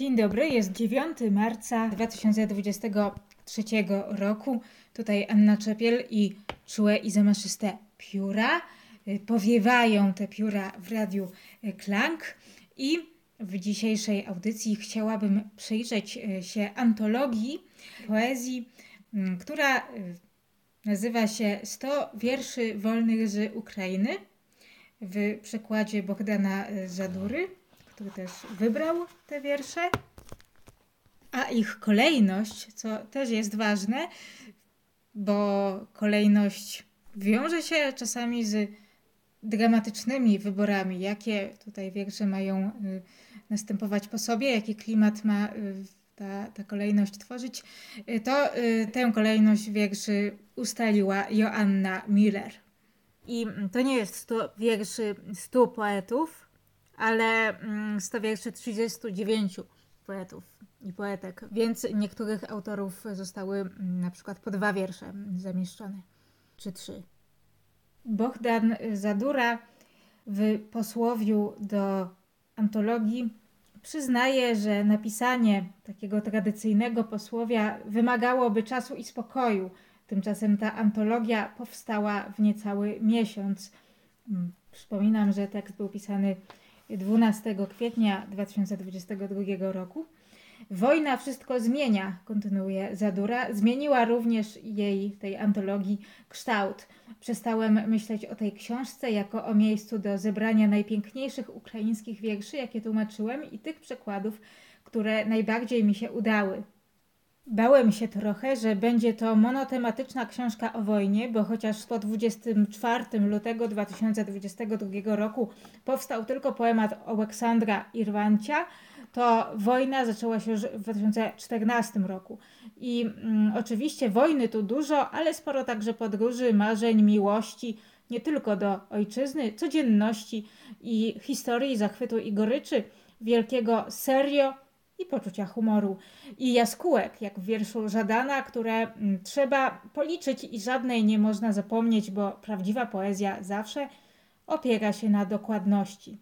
Dzień dobry, jest 9 marca 2023 roku. Tutaj Anna Czepiel i czułe i zamaszyste pióra. Powiewają te pióra w Radiu Klang i w dzisiejszej audycji chciałabym przyjrzeć się antologii poezji, która nazywa się 100 wierszy wolnych z Ukrainy w przekładzie Bohdana Zadury, który też wybrał te wiersze, a ich kolejność, co też jest ważne, bo kolejność wiąże się czasami z dramatycznymi wyborami, jakie tutaj wiersze mają następować po sobie, jaki klimat ma ta kolejność tworzyć, to tę kolejność wierszy ustaliła Joanna Miller. I to nie jest 100 wierszy 100 poetów, ale 100 wierszy 39 poetów i poetek, więc niektórych autorów zostały na przykład po 2 wiersze zamieszczone, czy 3. Bohdan Zadura w posłowiu do antologii przyznaje, że napisanie takiego tradycyjnego posłowia wymagałoby czasu i spokoju. Tymczasem ta antologia powstała w niecały miesiąc. Przypominam, że tekst był pisany 12 kwietnia 2022 roku. Wojna wszystko zmienia, kontynuuje Zadura. Zmieniła również tej antologii, kształt. Przestałem myśleć o tej książce jako o miejscu do zebrania najpiękniejszych ukraińskich wierszy, jakie tłumaczyłem, i tych przekładów, które najbardziej mi się udały. Bałem się trochę, że będzie to monotematyczna książka o wojnie, bo chociaż po 24 lutego 2022 roku powstał tylko poemat Oleksandra Irwancia, to wojna zaczęła się już w 2014 roku. I oczywiście wojny tu dużo, ale sporo także podróży, marzeń, miłości, nie tylko do ojczyzny, codzienności i historii, zachwytu i goryczy, wielkiego serio i poczucia humoru. I jaskółek, jak w wierszu Żadana, które trzeba policzyć i żadnej nie można zapomnieć, bo prawdziwa poezja zawsze opiera się na dokładności.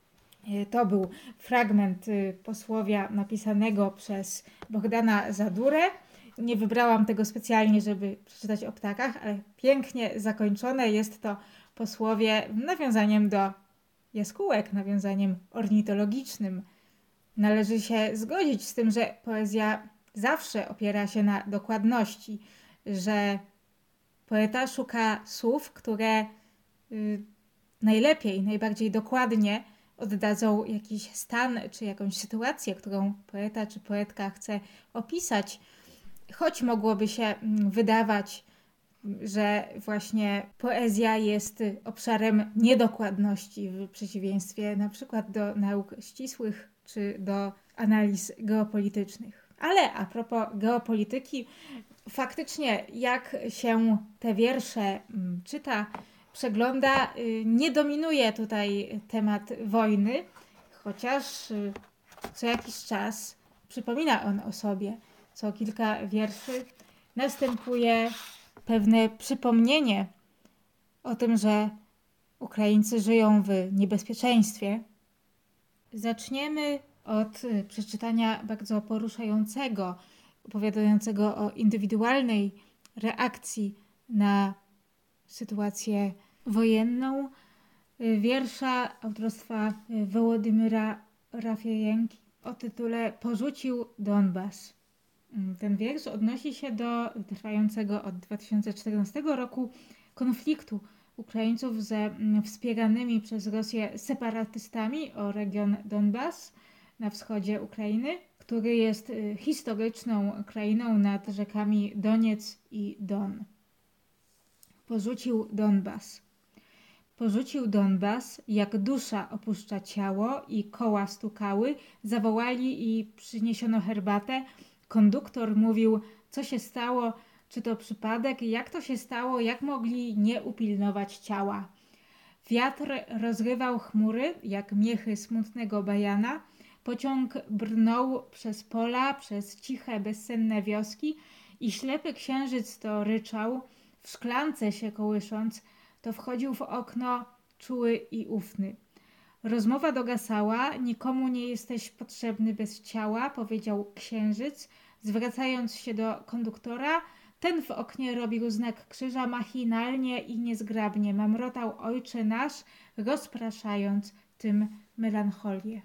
To był fragment posłowia napisanego przez Bohdana Zadurę. Nie wybrałam tego specjalnie, żeby przeczytać o ptakach, ale pięknie zakończone jest to posłowie nawiązaniem do jaskółek, nawiązaniem ornitologicznym. Należy się zgodzić z tym, że poezja zawsze opiera się na dokładności, że poeta szuka słów, które najlepiej, najbardziej dokładnie oddadzą jakiś stan czy jakąś sytuację, którą poeta czy poetka chce opisać. Choć mogłoby się wydawać, że właśnie poezja jest obszarem niedokładności w przeciwieństwie na przykład do nauk ścisłych czy do analiz geopolitycznych. Ale a propos geopolityki, faktycznie jak się te wiersze czyta, przegląda, nie dominuje tutaj temat wojny, chociaż co jakiś czas przypomina on o sobie. Co kilka wierszy następuje pewne przypomnienie o tym, że Ukraińcy żyją w niebezpieczeństwie. Zaczniemy od przeczytania bardzo poruszającego, opowiadającego o indywidualnej reakcji na sytuację wojenną, wiersza autorstwa Wołodymyra Rafiejenki o tytule Porzucił Donbas. Ten wiersz odnosi się do trwającego od 2014 roku konfliktu Ukraińców ze wspieranymi przez Rosję separatystami o region Donbas na wschodzie Ukrainy, który jest historyczną krainą nad rzekami Doniec i Don. Porzucił Donbas. Porzucił Donbas, jak dusza opuszcza ciało i koła stukały, zawołali i przyniesiono herbatę. Konduktor mówił, co się stało, czy to przypadek, jak to się stało, jak mogli nie upilnować ciała. Wiatr rozrywał chmury, jak miechy smutnego bajana. Pociąg brnął przez pola, przez ciche, bezsenne wioski i ślepy księżyc to ryczał, w szklance się kołysząc, to wchodził w okno czuły i ufny. Rozmowa dogasała, nikomu nie jesteś potrzebny bez ciała, powiedział księżyc, zwracając się do konduktora. Ten w oknie robił znak krzyża machinalnie i niezgrabnie, mamrotał Ojcze nasz, rozpraszając tym melancholię.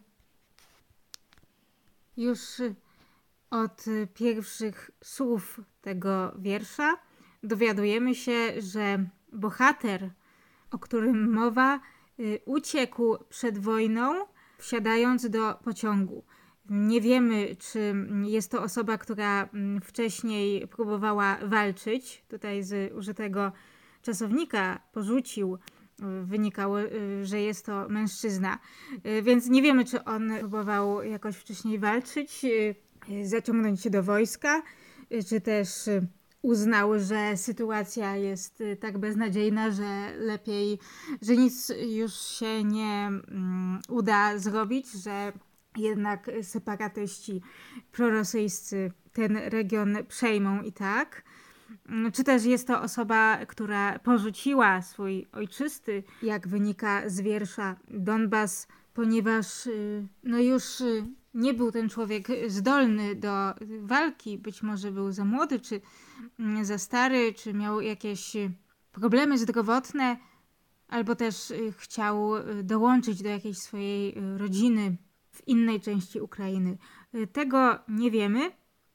Już od pierwszych słów tego wiersza dowiadujemy się, że bohater, o którym mowa, uciekł przed wojną, wsiadając do pociągu. Nie wiemy, czy jest to osoba, która wcześniej próbowała walczyć. Tutaj z użytego czasownika porzucił, wynikało, że jest to mężczyzna. Więc nie wiemy, czy on próbował jakoś wcześniej walczyć, zaciągnąć się do wojska, czy też uznał, że sytuacja jest tak beznadziejna, że lepiej, że nic już się nie uda zrobić, że jednak separatyści prorosyjscy ten region przejmą i tak. Czy też jest to osoba, która porzuciła swój ojczysty, jak wynika z wiersza, Donbas, ponieważ już nie był ten człowiek zdolny do walki, być może był za młody, czy za stary, czy miał jakieś problemy zdrowotne, albo też chciał dołączyć do jakiejś swojej rodziny w innej części Ukrainy. Tego nie wiemy,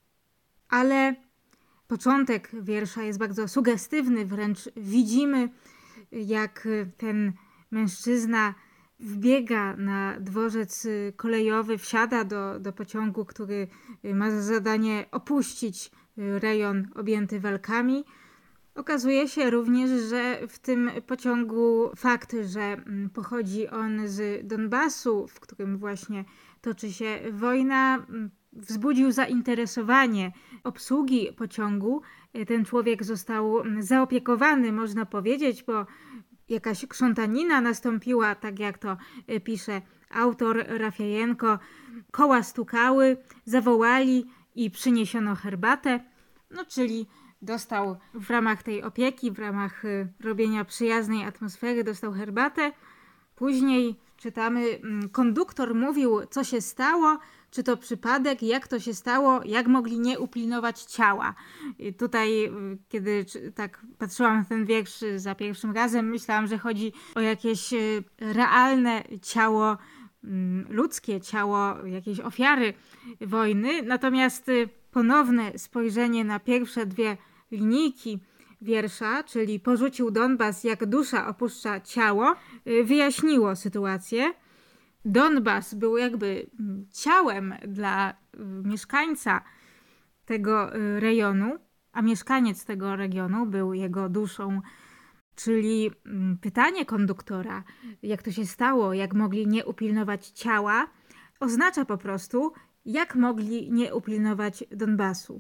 ale początek wiersza jest bardzo sugestywny, wręcz widzimy, jak ten mężczyzna wbiega na dworzec kolejowy, wsiada do pociągu, który ma za zadanie opuścić rejon objęty walkami. Okazuje się również, że w tym pociągu fakt, że pochodzi on z Donbasu, w którym właśnie toczy się wojna, wzbudził zainteresowanie obsługi pociągu. Ten człowiek został zaopiekowany, można powiedzieć, bo jakaś krzątanina nastąpiła, tak jak to pisze autor Rafiajenko. Koła stukały, zawołali i przyniesiono herbatę. Czyli dostał w ramach tej opieki, w ramach robienia przyjaznej atmosfery, dostał herbatę. Później czytamy, konduktor mówił, co się stało, czy to przypadek, jak to się stało, jak mogli nie upilnować ciała. I tutaj, kiedy tak patrzyłam na ten wiersz za pierwszym razem, myślałam, że chodzi o jakieś realne ciało ludzkie, ciało jakiejś ofiary wojny. Natomiast ponowne spojrzenie na pierwsze dwie linijki wiersza, czyli porzucił Donbas, jak dusza opuszcza ciało, wyjaśniło sytuację. Donbas był jakby ciałem dla mieszkańca tego rejonu, a mieszkaniec tego regionu był jego duszą. Czyli pytanie konduktora, jak to się stało, jak mogli nie upilnować ciała, oznacza po prostu, jak mogli nie upilnować Donbasu.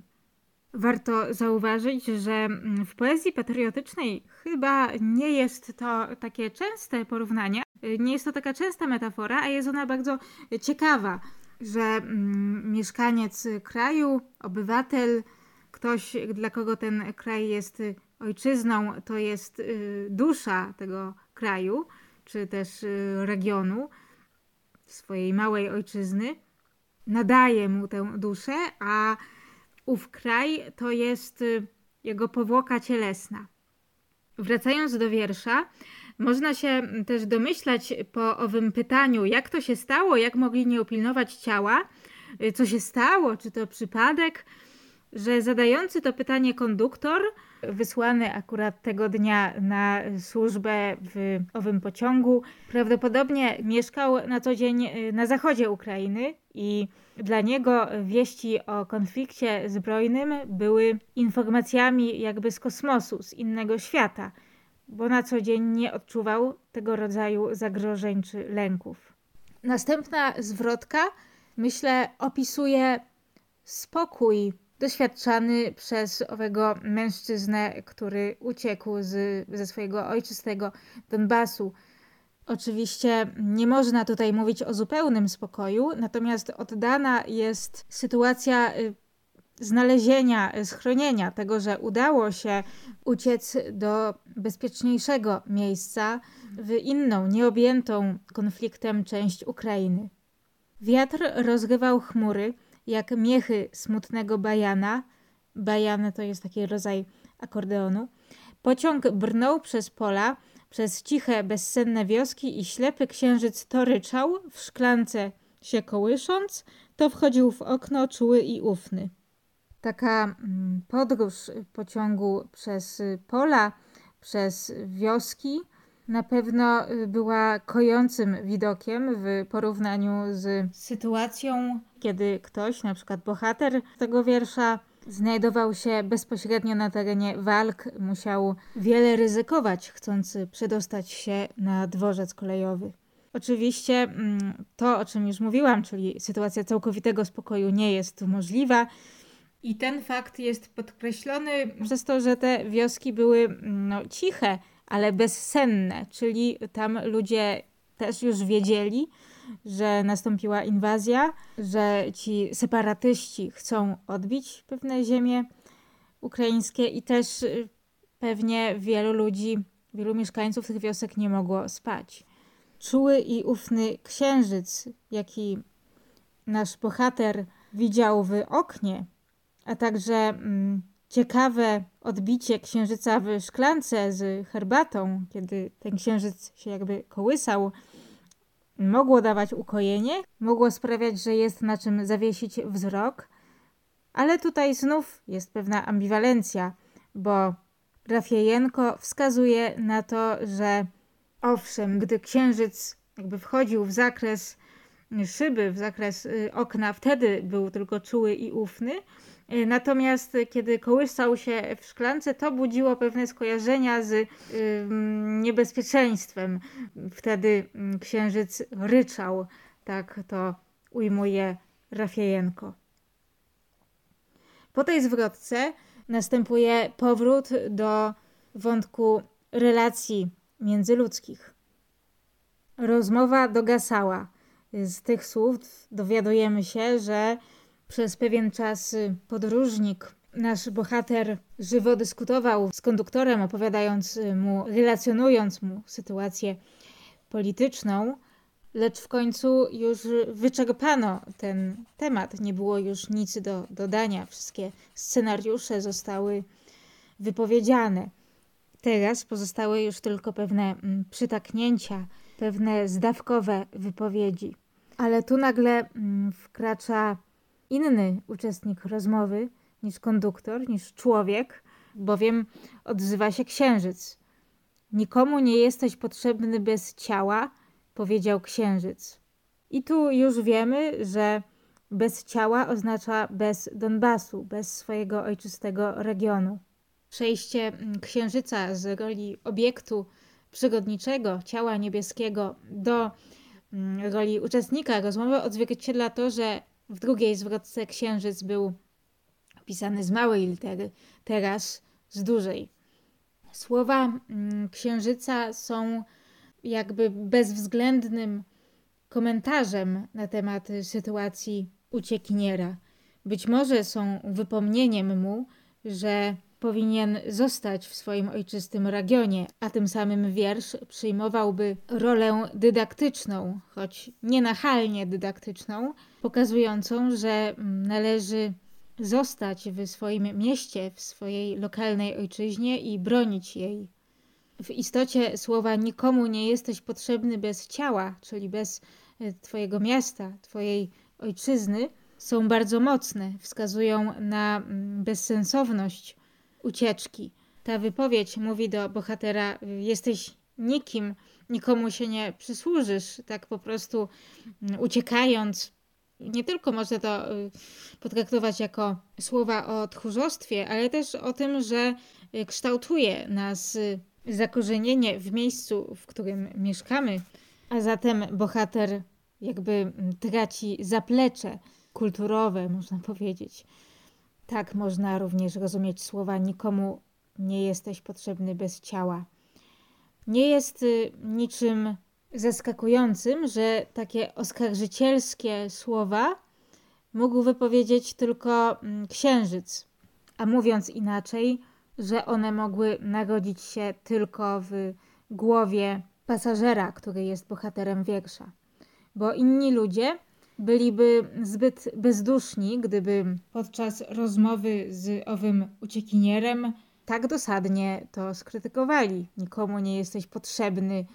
Warto zauważyć, że w poezji patriotycznej chyba nie jest to takie częste porównanie, nie jest to taka częsta metafora, a jest ona bardzo ciekawa, że mieszkaniec kraju, obywatel, ktoś, dla kogo ten kraj jest ojczyzną, to jest dusza tego kraju, czy też regionu, swojej małej ojczyzny, nadaje mu tę duszę, a ów kraj to jest jego powłoka cielesna. Wracając do wiersza, można się też domyślać po owym pytaniu, jak to się stało, jak mogli nie upilnować ciała, co się stało, czy to przypadek, że zadający to pytanie konduktor, wysłany akurat tego dnia na służbę w owym pociągu, prawdopodobnie mieszkał na co dzień na zachodzie Ukrainy i dla niego wieści o konflikcie zbrojnym były informacjami jakby z kosmosu, z innego świata, bo na co dzień nie odczuwał tego rodzaju zagrożeń czy lęków. Następna zwrotka, myślę, opisuje spokój doświadczany przez owego mężczyznę, który uciekł ze swojego ojczystego Donbasu. Oczywiście nie można tutaj mówić o zupełnym spokoju, natomiast oddana jest sytuacja znalezienia schronienia, tego, że udało się uciec do bezpieczniejszego miejsca w inną, nieobjętą konfliktem część Ukrainy. Wiatr rozrywał chmury jak miechy smutnego bajana. Bajan to jest taki rodzaj akordeonu. Pociąg brnął przez pola, przez ciche, bezsenne wioski i ślepy księżyc to ryczał, w szklance się kołysząc, to wchodził w okno czuły i ufny. Taka podróż pociągu przez pola, przez wioski na pewno była kojącym widokiem w porównaniu z sytuacją, kiedy ktoś, na przykład bohater tego wiersza, znajdował się bezpośrednio na terenie walk, musiał wiele ryzykować, chcąc przedostać się na dworzec kolejowy. Oczywiście to, o czym już mówiłam, czyli sytuacja całkowitego spokoju nie jest możliwa i ten fakt jest podkreślony przez to, że te wioski były ciche, ale bezsenne, czyli tam ludzie też już wiedzieli, że nastąpiła inwazja, że ci separatyści chcą odbić pewne ziemie ukraińskie i też pewnie wielu ludzi, wielu mieszkańców tych wiosek nie mogło spać. Czuły i ufny księżyc, jaki nasz bohater widział w oknie, a także ciekawe odbicie księżyca w szklance z herbatą, kiedy ten księżyc się jakby kołysał, mogło dawać ukojenie, mogło sprawiać, że jest na czym zawiesić wzrok, ale tutaj znów jest pewna ambiwalencja, bo Rafiejenko wskazuje na to, że owszem, gdy księżyc jakby wchodził w zakres szyby, w zakres okna, wtedy był tylko czuły i ufny, natomiast kiedy kołysał się w szklance, to budziło pewne skojarzenia z niebezpieczeństwem. Wtedy księżyc ryczał, tak to ujmuje Rafiejenko. Po tej zwrotce następuje powrót do wątku relacji międzyludzkich. Rozmowa dogasała. Z tych słów dowiadujemy się, że przez pewien czas podróżnik, nasz bohater, żywo dyskutował z konduktorem, opowiadając mu, relacjonując mu sytuację polityczną, lecz w końcu już wyczerpano ten temat. Nie było już nic do dodania. Wszystkie scenariusze zostały wypowiedziane. Teraz pozostały już tylko pewne przytaknięcia, pewne zdawkowe wypowiedzi. Ale tu nagle wkracza inny uczestnik rozmowy niż konduktor, niż człowiek, bowiem odzywa się księżyc. Nikomu nie jesteś potrzebny bez ciała, powiedział księżyc. I tu już wiemy, że bez ciała oznacza bez Donbasu, bez swojego ojczystego regionu. Przejście księżyca z roli obiektu przyrodniczego, ciała niebieskiego do roli uczestnika rozmowy odzwierciedla to, że w drugiej zwrotce księżyc był pisany z małej litery, teraz z dużej. Słowa księżyca są jakby bezwzględnym komentarzem na temat sytuacji uciekiniera. Być może są wypomnieniem mu, że powinien zostać w swoim ojczystym regionie, a tym samym wiersz przyjmowałby rolę dydaktyczną, choć nienachalnie dydaktyczną, pokazującą, że należy zostać w swoim mieście, w swojej lokalnej ojczyźnie i bronić jej. W istocie słowa nikomu nie jesteś potrzebny bez ciała, czyli bez twojego miasta, twojej ojczyzny, są bardzo mocne, wskazują na bezsensowność ucieczki. Ta wypowiedź mówi do bohatera: jesteś nikim, nikomu się nie przysłużysz, tak po prostu uciekając. Nie tylko można to potraktować jako słowa o tchórzostwie, ale też o tym, że kształtuje nas zakorzenienie w miejscu, w którym mieszkamy, a zatem bohater jakby traci zaplecze kulturowe, można powiedzieć. Tak można również rozumieć słowa nikomu nie jesteś potrzebny bez ciała. Nie jest niczym zaskakującym, że takie oskarżycielskie słowa mógł wypowiedzieć tylko księżyc, a mówiąc inaczej, że one mogły narodzić się tylko w głowie pasażera, który jest bohaterem wiersza. Bo inni ludzie byliby zbyt bezduszni, gdyby podczas rozmowy z owym uciekinierem tak dosadnie to skrytykowali. Nikomu nie jesteś potrzebny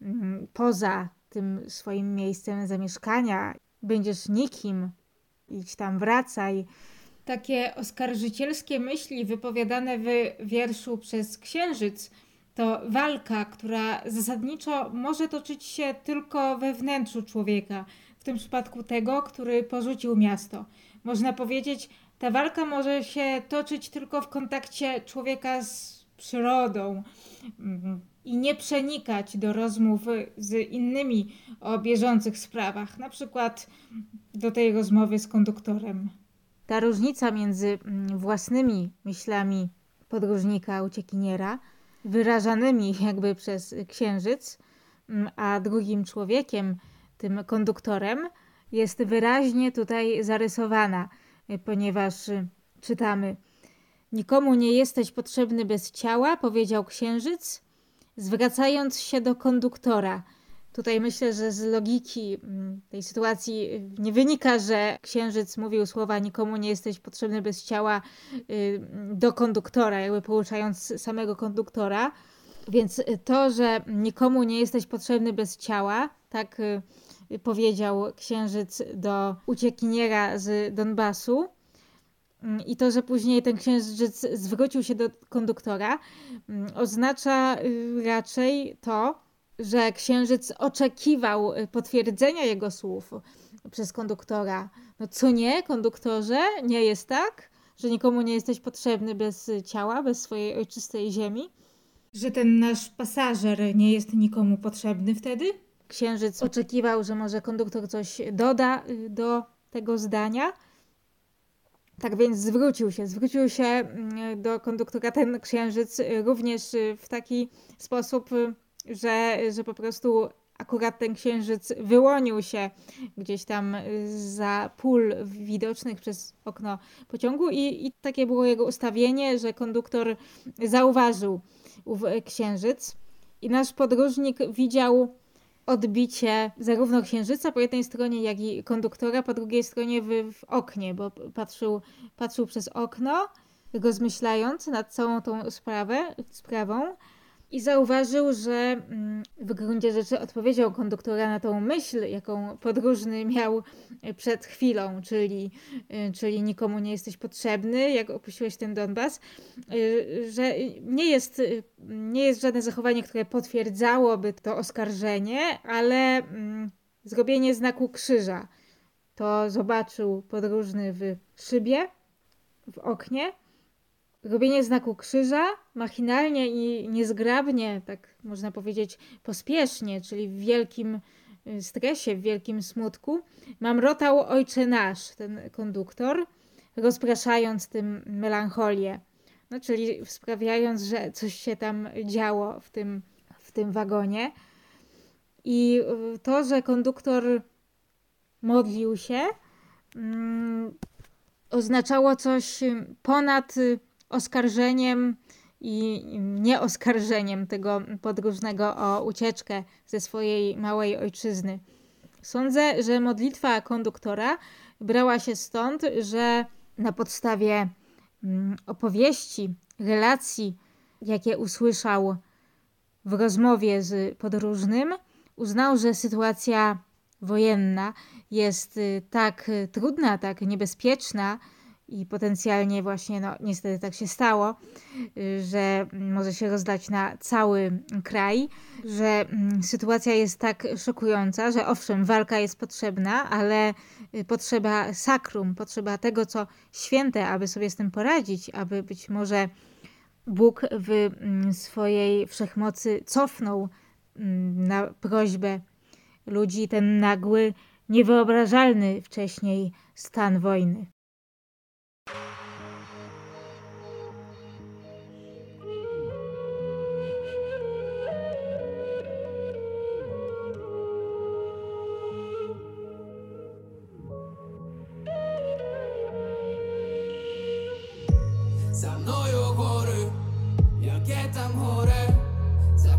poza tym swoim miejscem zamieszkania. Będziesz nikim, idź tam, wracaj. Takie oskarżycielskie myśli wypowiadane w wierszu przez księżyc to walka, która zasadniczo może toczyć się tylko we wnętrzu człowieka, w tym przypadku tego, który porzucił miasto. Można powiedzieć, ta walka może się toczyć tylko w kontakcie człowieka z przyrodą i nie przenikać do rozmów z innymi o bieżących sprawach, na przykład do tej rozmowy z konduktorem. Ta różnica między własnymi myślami podróżnika, uciekiniera, wyrażanymi jakby przez księżyc, a drugim człowiekiem, tym konduktorem, jest wyraźnie tutaj zarysowana, ponieważ czytamy: nikomu nie jesteś potrzebny bez ciała, powiedział księżyc, zwracając się do konduktora. Tutaj myślę, że z logiki tej sytuacji nie wynika, że księżyc mówił słowa nikomu nie jesteś potrzebny bez ciała do konduktora, jakby pouczając samego konduktora. Więc to, że nikomu nie jesteś potrzebny bez ciała, tak powiedział księżyc do uciekiniera z Donbasu, i to, że później ten księżyc zwrócił się do konduktora, oznacza raczej to, że księżyc oczekiwał potwierdzenia jego słów przez konduktora. No co nie, konduktorze? Nie jest tak, że nikomu nie jesteś potrzebny bez ciała, bez swojej ojczystej ziemi? Że ten nasz pasażer nie jest nikomu potrzebny wtedy? Księżyc oczekiwał, że może konduktor coś doda do tego zdania. Tak więc zwrócił się do konduktora ten księżyc również w taki sposób, że po prostu akurat ten księżyc wyłonił się gdzieś tam za pól widocznych przez okno pociągu i takie było jego ustawienie, że konduktor zauważył ów księżyc i nasz podróżnik widział odbicie zarówno księżyca po jednej stronie, jak i konduktora po drugiej stronie w oknie, bo patrzył przez okno, rozmyślając nad całą tą sprawą i zauważył, że w gruncie rzeczy odpowiedział konduktora na tą myśl, jaką podróżny miał przed chwilą, czyli nikomu nie jesteś potrzebny, jak opuściłeś ten Donbas, że nie jest żadne zachowanie, które potwierdzałoby to oskarżenie, ale zrobienie znaku krzyża. To zobaczył podróżny w szybie, w oknie. Robienie znaku krzyża machinalnie i niezgrabnie, tak można powiedzieć pospiesznie, czyli w wielkim stresie, w wielkim smutku, mamrotał Ojcze Nasz, ten konduktor, rozpraszając tym melancholię. No, czyli sprawiając, że coś się tam działo w tym wagonie. I to, że konduktor modlił się, oznaczało coś ponad oskarżeniem i nieoskarżeniem tego podróżnego o ucieczkę ze swojej małej ojczyzny. Sądzę, że modlitwa konduktora brała się stąd, że na podstawie opowieści, relacji, jakie usłyszał w rozmowie z podróżnym, uznał, że sytuacja wojenna jest tak trudna, tak niebezpieczna i potencjalnie właśnie, no niestety tak się stało, że może się rozdać na cały kraj, że sytuacja jest tak szokująca, że owszem, walka jest potrzebna, ale potrzeba sakrum, potrzeba tego, co święte, aby sobie z tym poradzić, aby być może Bóg w swojej wszechmocy cofnął na prośbę ludzi ten nagły, niewyobrażalny wcześniej stan wojny.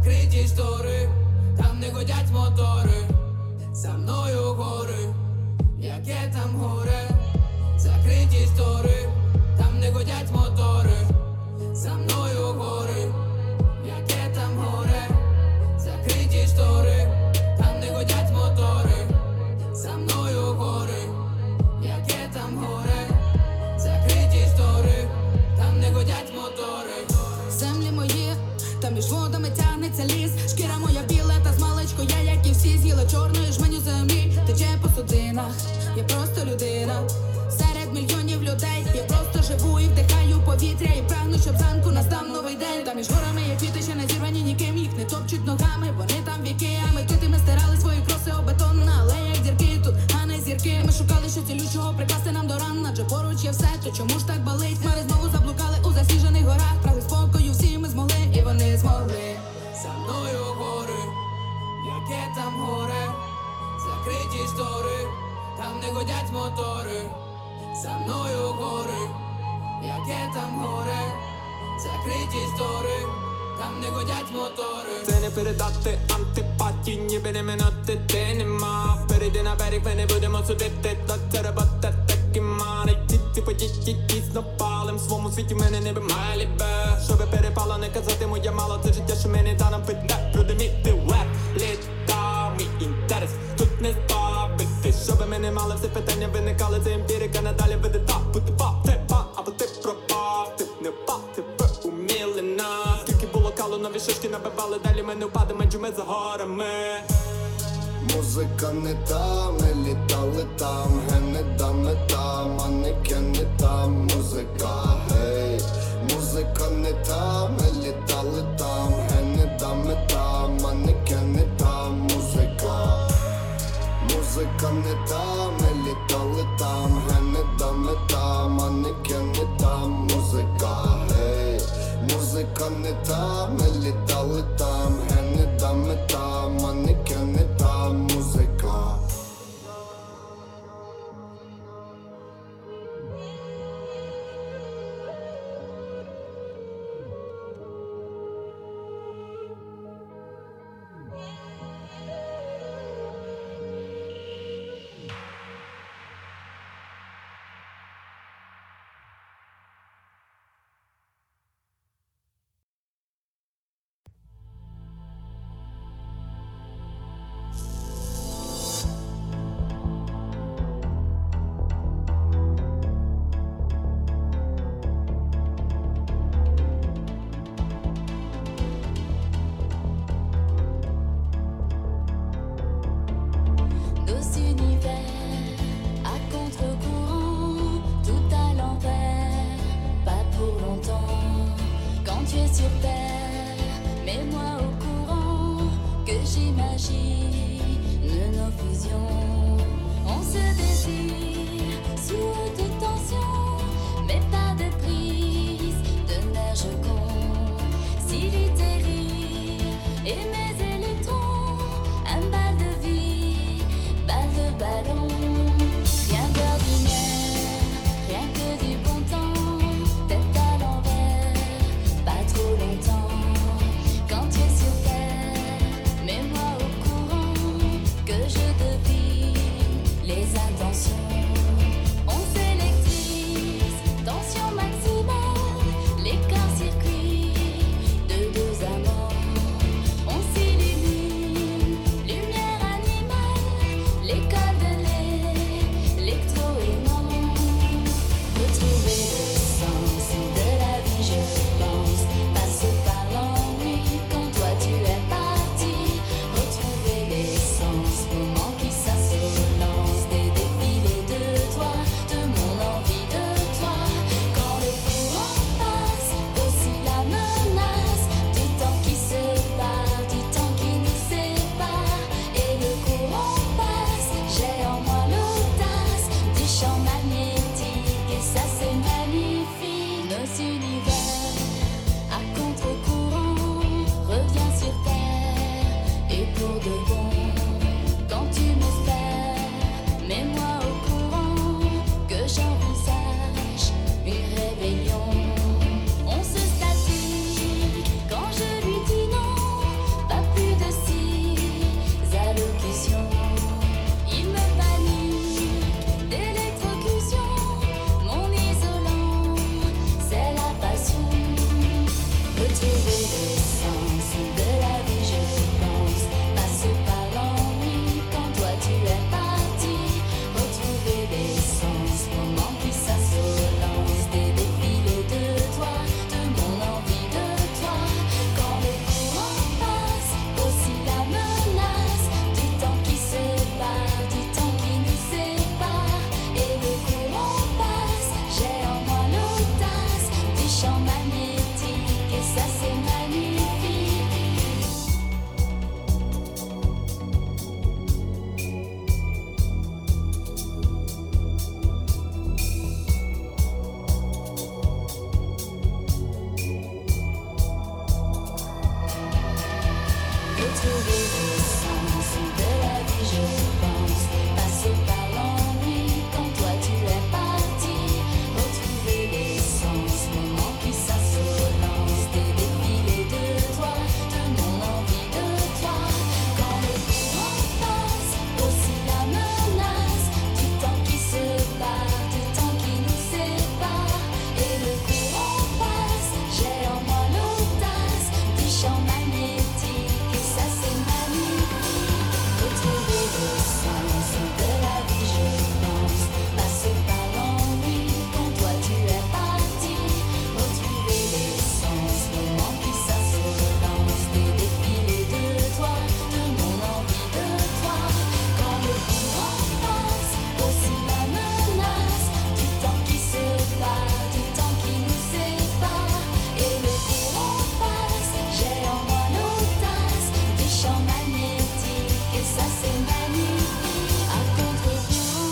закриті штори, там не годять мотори, за мною гори, яке там горе, закриті штори, там не годять мотори, за мною гори, яке там горе, закриті штори, там не годять мотори, за мною гори, яке там горе, закриті штори, там не годять мотори. Землі мої, та між водами тягнеться ліс. Шкіра моя біла, та змалечку я, як і всі, з'їла чорної жменю землі, тече по судинах. Я просто людина серед мільйонів людей. Я просто живу і вдихаю повітря, і прагну, щоб зранку настав новий день. Та між горами є квіти, ще не зірвані ніким, їх не топчуть ногами, вони там віки. А ми тут, і ми стирали свої кроси об бетон на алеях зірки тут, а не зірки. Ми шукали, що цілючого прикласти нам до ран, адже поруч є все, то чому ж так болить? Хмари знову заблукали у засніжених горах, прагли спокою всі ми змогли, і вони змогли. За мною гори, яке там горе, закриті штори, там не годять мотори, за мною гори, яке там горе, закриті штори, там не годять мотори. Це не передати антипатії, ніби не минути ти нема. Перейди на берег, ми не будемо судити, то це робота такі мани. Ці події дійсно палим, в своєму світі в мене не малі бе. Щоби перепало, не казати моє мало, це життя, що мені та нам піде. Люди міти веб, літа, мій інтерес тут не ставити. Щоби ми не мали, все питання виникали, це емпірика надалі веде так. Бути па, ти па, або ти пропав, ти не впав, тебе уміли нас. Скільки було калу, нові шишки набивали, далі ми не впадемо, адже ми за горами. Музика не та, ми літали там, генеда мета, манекени там, музика, гей. Музика не та, ми літали там, генеда мета, манекени там, музика. Музика не та, ми літали там, генеда мета, манекени там, музика, гей. Музика не та, ми літали там, генеда мета, манекени там, музика. Retrouver le sens de la vie, je pense. Passer par l'ennui quand toi tu es parti. Retrouver l'essence, moment qui s'assolance. Des défilés de toi, de mon envie de toi. Quand le courant passe, aussi la menace du temps qui se bat, du temps qui nous sépare. Et le courant passe, j'ai en moi l'audace du champ magnétique. Et ça c'est magnifique. Retrouver le sens de la vie, je pense. Passer par l'ennui quand toi tu es parti. Retrouver l'essence, moment qui s'assolance. Des défilés de toi, de mon envie de toi. Quand le courant passe, aussi la menace du temps qui se bat, du temps qui nous sépare. Et le courant passe, j'ai en moi l'audace du champ magnétique. Et ça c'est magnifique. À contre-courant.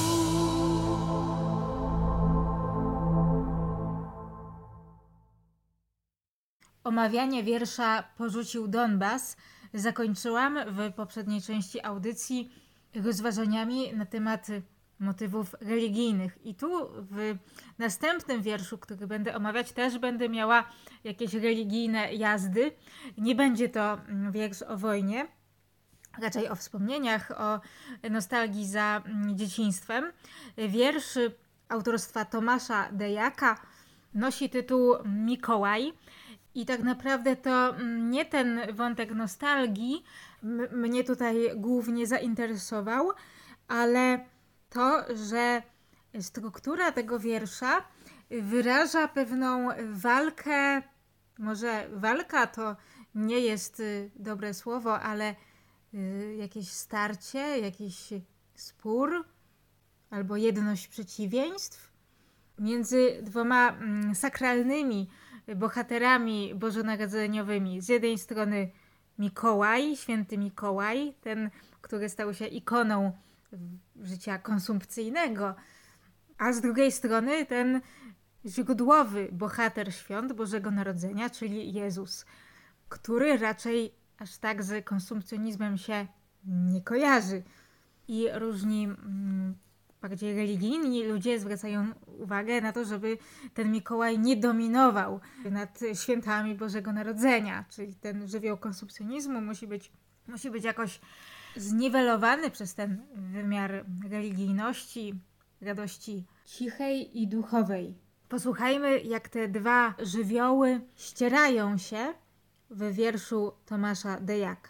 Omawianie wiersza Porzucił Donbas zakończyłam w poprzedniej części audycji rozważaniami na temat motywów religijnych. I tu w następnym wierszu, który będę omawiać, też będę miała jakieś religijne jazdy. Nie będzie to wiersz o wojnie, raczej o wspomnieniach, o nostalgii za dzieciństwem. Wiersz autorstwa Tomasza Dejaka nosi tytuł Mikołaj. I tak naprawdę to nie ten wątek nostalgii mnie tutaj głównie zainteresował, ale to, że struktura tego wiersza wyraża pewną walkę, może walka to nie jest dobre słowo, ale jakieś starcie, jakiś spór albo jedność przeciwieństw między dwoma sakralnymi bohaterami bożonarodzeniowymi. Z jednej strony Mikołaj, święty Mikołaj, ten, który stał się ikoną życia konsumpcyjnego, a z drugiej strony ten źródłowy bohater świąt Bożego Narodzenia, czyli Jezus, który raczej aż tak z konsumpcjonizmem się nie kojarzy. I różni bardziej religijni ludzie zwracają uwagę na to, żeby ten Mikołaj nie dominował nad świętami Bożego Narodzenia, czyli ten żywioł konsumpcjonizmu musi być jakoś zniwelowany przez ten wymiar religijności, radości cichej i duchowej. Posłuchajmy, jak te dwa żywioły ścierają się w wierszu Tomasza Dejaka.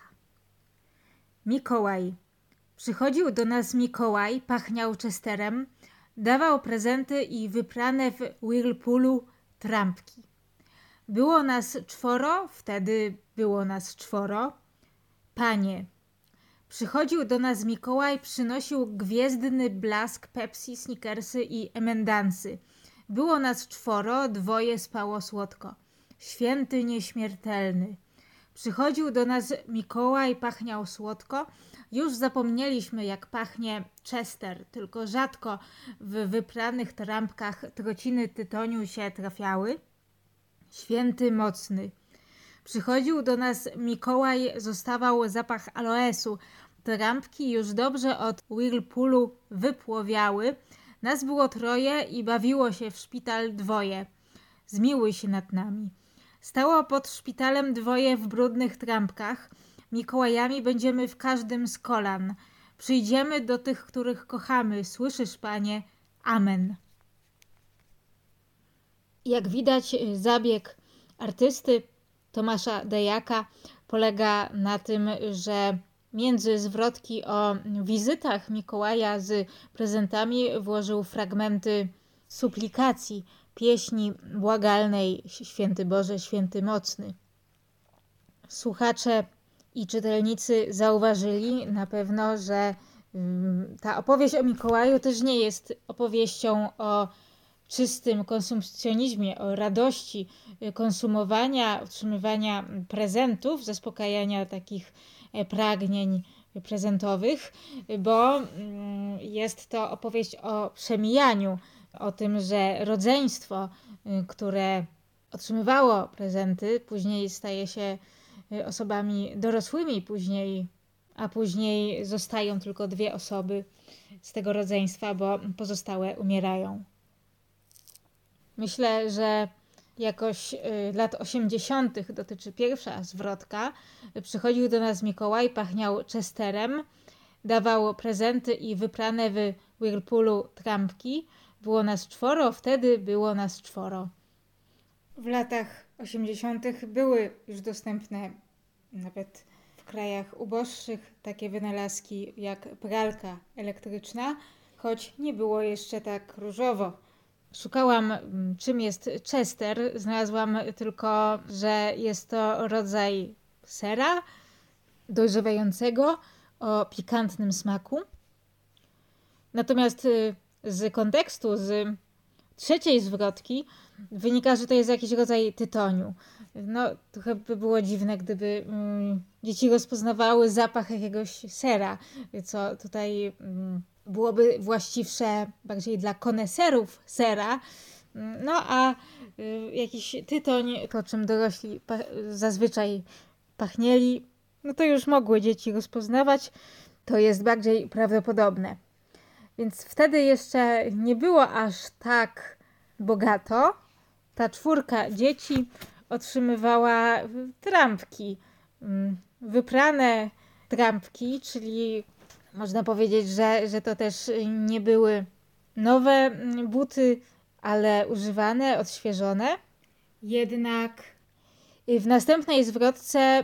Mikołaj. Przychodził do nas Mikołaj, pachniał Chesterem, dawał prezenty i wyprane w Whirlpoolu trampki. Było nas 4, wtedy było nas 4. Panie. Przychodził do nas Mikołaj, przynosił gwiezdny blask, Pepsi, Snickersy i M&M'sy. Było nas 4, 2 spało słodko. Święty nieśmiertelny. Przychodził do nas Mikołaj, pachniał słodko. Już zapomnieliśmy, jak pachnie Chester, tylko rzadko w wypranych trampkach trociny tytoniu się trafiały. Święty mocny. Przychodził do nas Mikołaj, zostawał zapach aloesu. Trampki już dobrze od Whirlpoolu wypłowiały. Nas było 3 i bawiło się w szpital 2. Zmiłuj się nad nami. Stało pod szpitalem 2 w brudnych trampkach. Mikołajami będziemy w każdym z kolan. Przyjdziemy do tych, których kochamy. Słyszysz, Panie? Amen. Jak widać, zabieg artysty Tomasza Dejaka polega na tym, że między zwrotki o wizytach Mikołaja z prezentami włożył fragmenty suplikacji, pieśni błagalnej Święty Boże, Święty Mocny. Słuchacze i czytelnicy zauważyli na pewno, że ta opowieść o Mikołaju też nie jest opowieścią o czystym konsumpcjonizmie, o radości konsumowania, otrzymywania prezentów, zaspokajania takich pragnień prezentowych, bo jest to opowieść o przemijaniu, o tym, że rodzeństwo, które otrzymywało prezenty, później staje się osobami dorosłymi później, a później zostają tylko 2 osoby z tego rodzeństwa, bo pozostałe umierają. Myślę, że jakoś lat 80. dotyczy pierwsza zwrotka. Przychodził do nas Mikołaj, pachniał Chesterem, dawał prezenty i wyprane w Whirlpoolu trampki. Było nas 4, wtedy było nas 4. W latach 80. były już dostępne nawet w krajach uboższych takie wynalazki jak pralka elektryczna, choć nie było jeszcze tak różowo. Szukałam, czym jest Chester. Znalazłam tylko, że jest to rodzaj sera dojrzewającego o pikantnym smaku. Natomiast z kontekstu, z trzeciej zwrotki wynika, że to jest jakiś rodzaj tytoniu. No, trochę by było dziwne, gdyby dzieci rozpoznawały zapach jakiegoś sera, co tutaj byłoby właściwsze bardziej dla koneserów sera. No a jakiś tytoń, to czym dorośli zazwyczaj pachnieli, no to już mogły dzieci rozpoznawać. To jest bardziej prawdopodobne. Więc wtedy jeszcze nie było aż tak bogato. Ta 4 dzieci otrzymywała trampki, wyprane trampki, czyli można powiedzieć, że to też nie były nowe buty, ale używane, odświeżone. Jednak w następnej zwrotce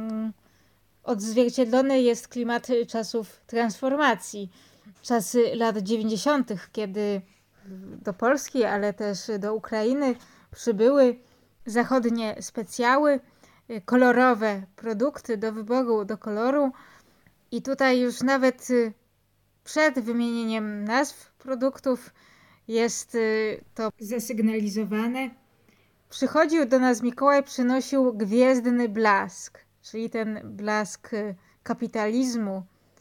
odzwierciedlony jest klimat czasów transformacji. Czasy lat 90., kiedy do Polski, ale też do Ukrainy przybyły zachodnie specjały, kolorowe produkty do wyboru, do koloru. I tutaj już nawet przed wymienieniem nazw produktów jest to zasygnalizowane. Przychodził do nas Mikołaj, przynosił gwiezdny blask, czyli ten blask kapitalizmu,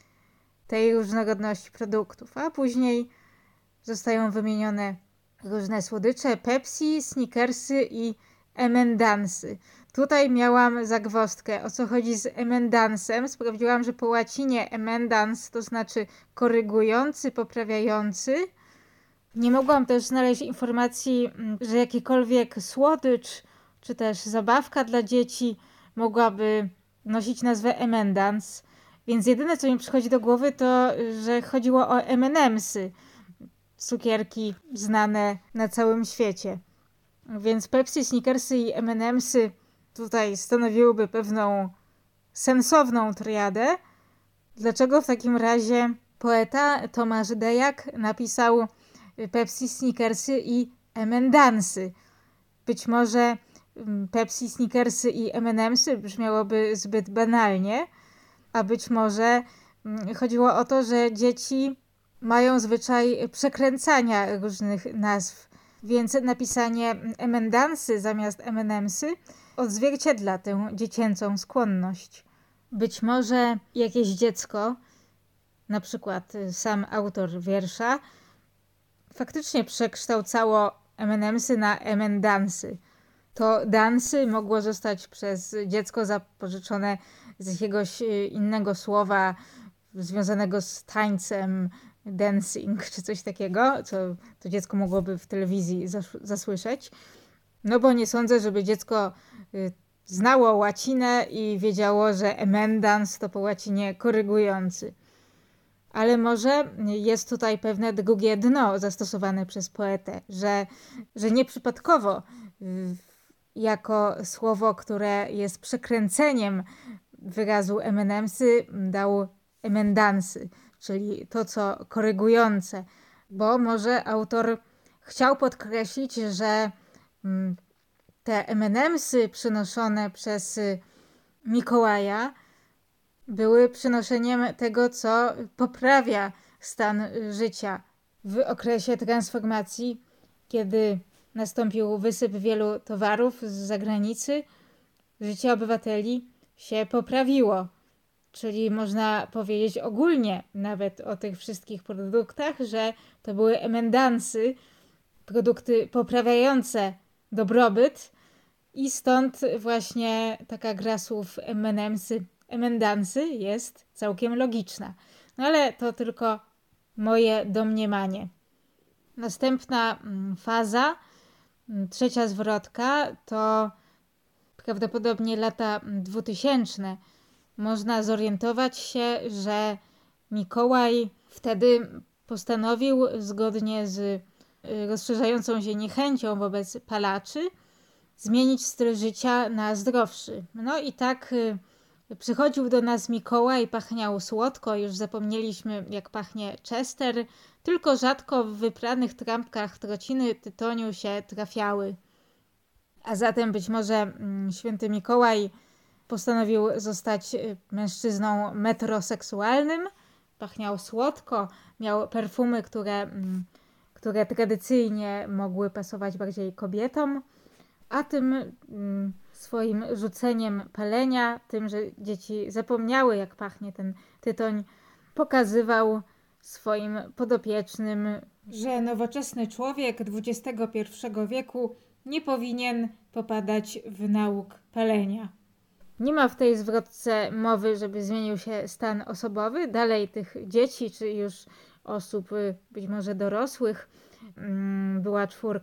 tej różnorodności produktów, a później zostają wymienione różne słodycze, Pepsi, Snickersy i M&M'sy. Tutaj miałam zagwozdkę, o co chodzi z M&M'sem. Sprawdziłam, że po łacinie M&M's to znaczy korygujący, poprawiający. Nie mogłam też znaleźć informacji, że jakikolwiek słodycz, czy też zabawka dla dzieci mogłaby nosić nazwę M&M's. Więc jedyne, co mi przychodzi do głowy, to, że chodziło o M&M'sy, cukierki znane na całym świecie. Więc Pepsi, Snickersy i M&M'sy tutaj stanowiłyby pewną sensowną triadę. Dlaczego w takim razie poeta Tomasz Dejak napisał Pepsi, Snickersy i M&M'sy? Być może Pepsi, Snickersy i M&M'sy brzmiałoby zbyt banalnie, a być może chodziło o to, że dzieci mają zwyczaj przekręcania różnych nazw, więc napisanie M&M'sy zamiast M&M'sy odzwierciedla tę dziecięcą skłonność. Być może jakieś dziecko, na przykład sam autor wiersza, faktycznie przekształcało M&M'sy na M&Dansy. To dansy mogło zostać przez dziecko zapożyczone z jakiegoś innego słowa związanego z tańcem, dancing czy coś takiego, co to dziecko mogłoby w telewizji zasłyszeć. No bo nie sądzę, żeby dziecko znało łacinę i wiedziało, że emendans to po łacinie korygujący. Ale może jest tutaj pewne drugie dno zastosowane przez poetę, że nieprzypadkowo jako słowo, które jest przekręceniem wyrazu M&M'sy, dał emendansy, czyli to, co korygujące. Bo może autor chciał podkreślić, że te M&M'sy przynoszone przez Mikołaja były przynoszeniem tego, co poprawia stan życia w okresie transformacji, kiedy nastąpił wysyp wielu towarów z zagranicy, życie obywateli się poprawiło. Czyli można powiedzieć ogólnie nawet o tych wszystkich produktach, że to były emendansy, produkty poprawiające dobrobyt, I stąd właśnie taka gra słów emendansy jest całkiem logiczna. No ale to tylko moje domniemanie. Następna faza, trzecia zwrotka, to prawdopodobnie lata 2000. Można zorientować się, że Mikołaj wtedy postanowił, zgodnie z rozszerzającą się niechęcią wobec palaczy, zmienić styl życia na zdrowszy. No i tak przychodził do nas Mikołaj, pachniał słodko, już zapomnieliśmy, jak pachnie Chester, tylko rzadko w wypranych trampkach trociny tytoniu się trafiały. A zatem być może święty Mikołaj postanowił zostać mężczyzną metroseksualnym, pachniał słodko, miał perfumy, które tradycyjnie mogły pasować bardziej kobietom, a tym swoim rzuceniem palenia, tym, że dzieci zapomniały, jak pachnie ten tytoń, pokazywał swoim podopiecznym, że nowoczesny człowiek XXI wieku nie powinien popadać w nauk palenia. Nie ma w tej zwrotce mowy, żeby zmienił się stan osobowy. Dalej tych dzieci, czy już osób być może dorosłych była 4.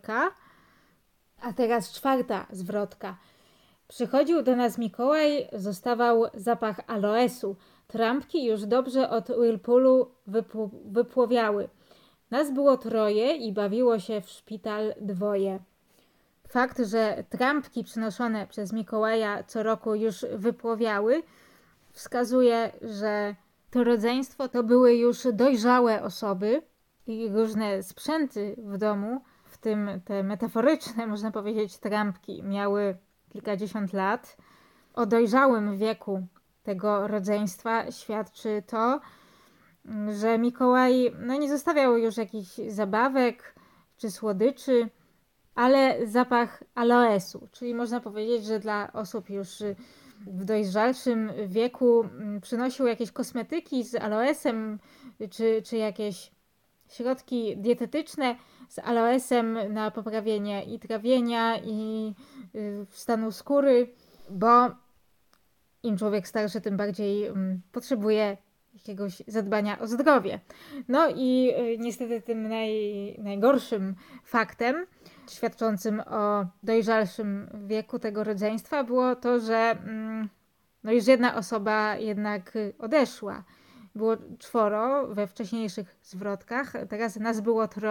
A teraz 4. zwrotka. Przychodził do nas Mikołaj, zostawał zapach aloesu. Trampki już dobrze od Whirlpoolu wypłowiały. Nas było 3 i bawiło się w szpital 2. Fakt, że trampki przynoszone przez Mikołaja co roku już wypłowiały, wskazuje, że to rodzeństwo to były już dojrzałe osoby i różne sprzęty w domu, w tym te metaforyczne, można powiedzieć, trampki, miały kilkadziesiąt lat. O dojrzałym wieku tego rodzeństwa świadczy to, że Mikołaj nie zostawiał już jakichś zabawek czy słodyczy, ale zapach aloesu, czyli można powiedzieć, że dla osób już w dojrzalszym wieku przynosił jakieś kosmetyki z aloesem, czy jakieś środki dietetyczne z aloesem na poprawienie i trawienia, i stanu skóry, bo im człowiek starszy, tym bardziej potrzebuje jakiegoś zadbania o zdrowie. No i niestety tym najgorszym faktem świadczącym o dojrzalszym wieku tego rodzeństwa było to, że już jedna osoba jednak odeszła. Było 4 we wcześniejszych zwrotkach, teraz nas było 3,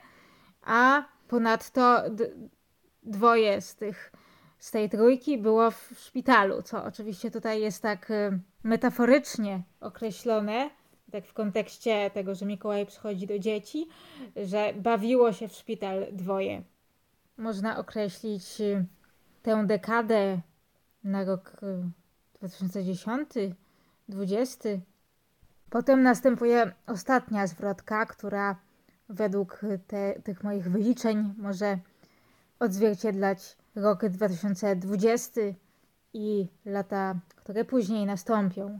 a ponadto 2 z tej 3 było w szpitalu, co oczywiście tutaj jest tak metaforycznie określone, tak w kontekście tego, że Mikołaj przychodzi do dzieci, że bawiło się w szpital 2. Można określić tę dekadę na rok 2010, 2020. Potem następuje ostatnia zwrotka, która według tych moich wyliczeń może odzwierciedlać rok 2020 i lata, które później nastąpią.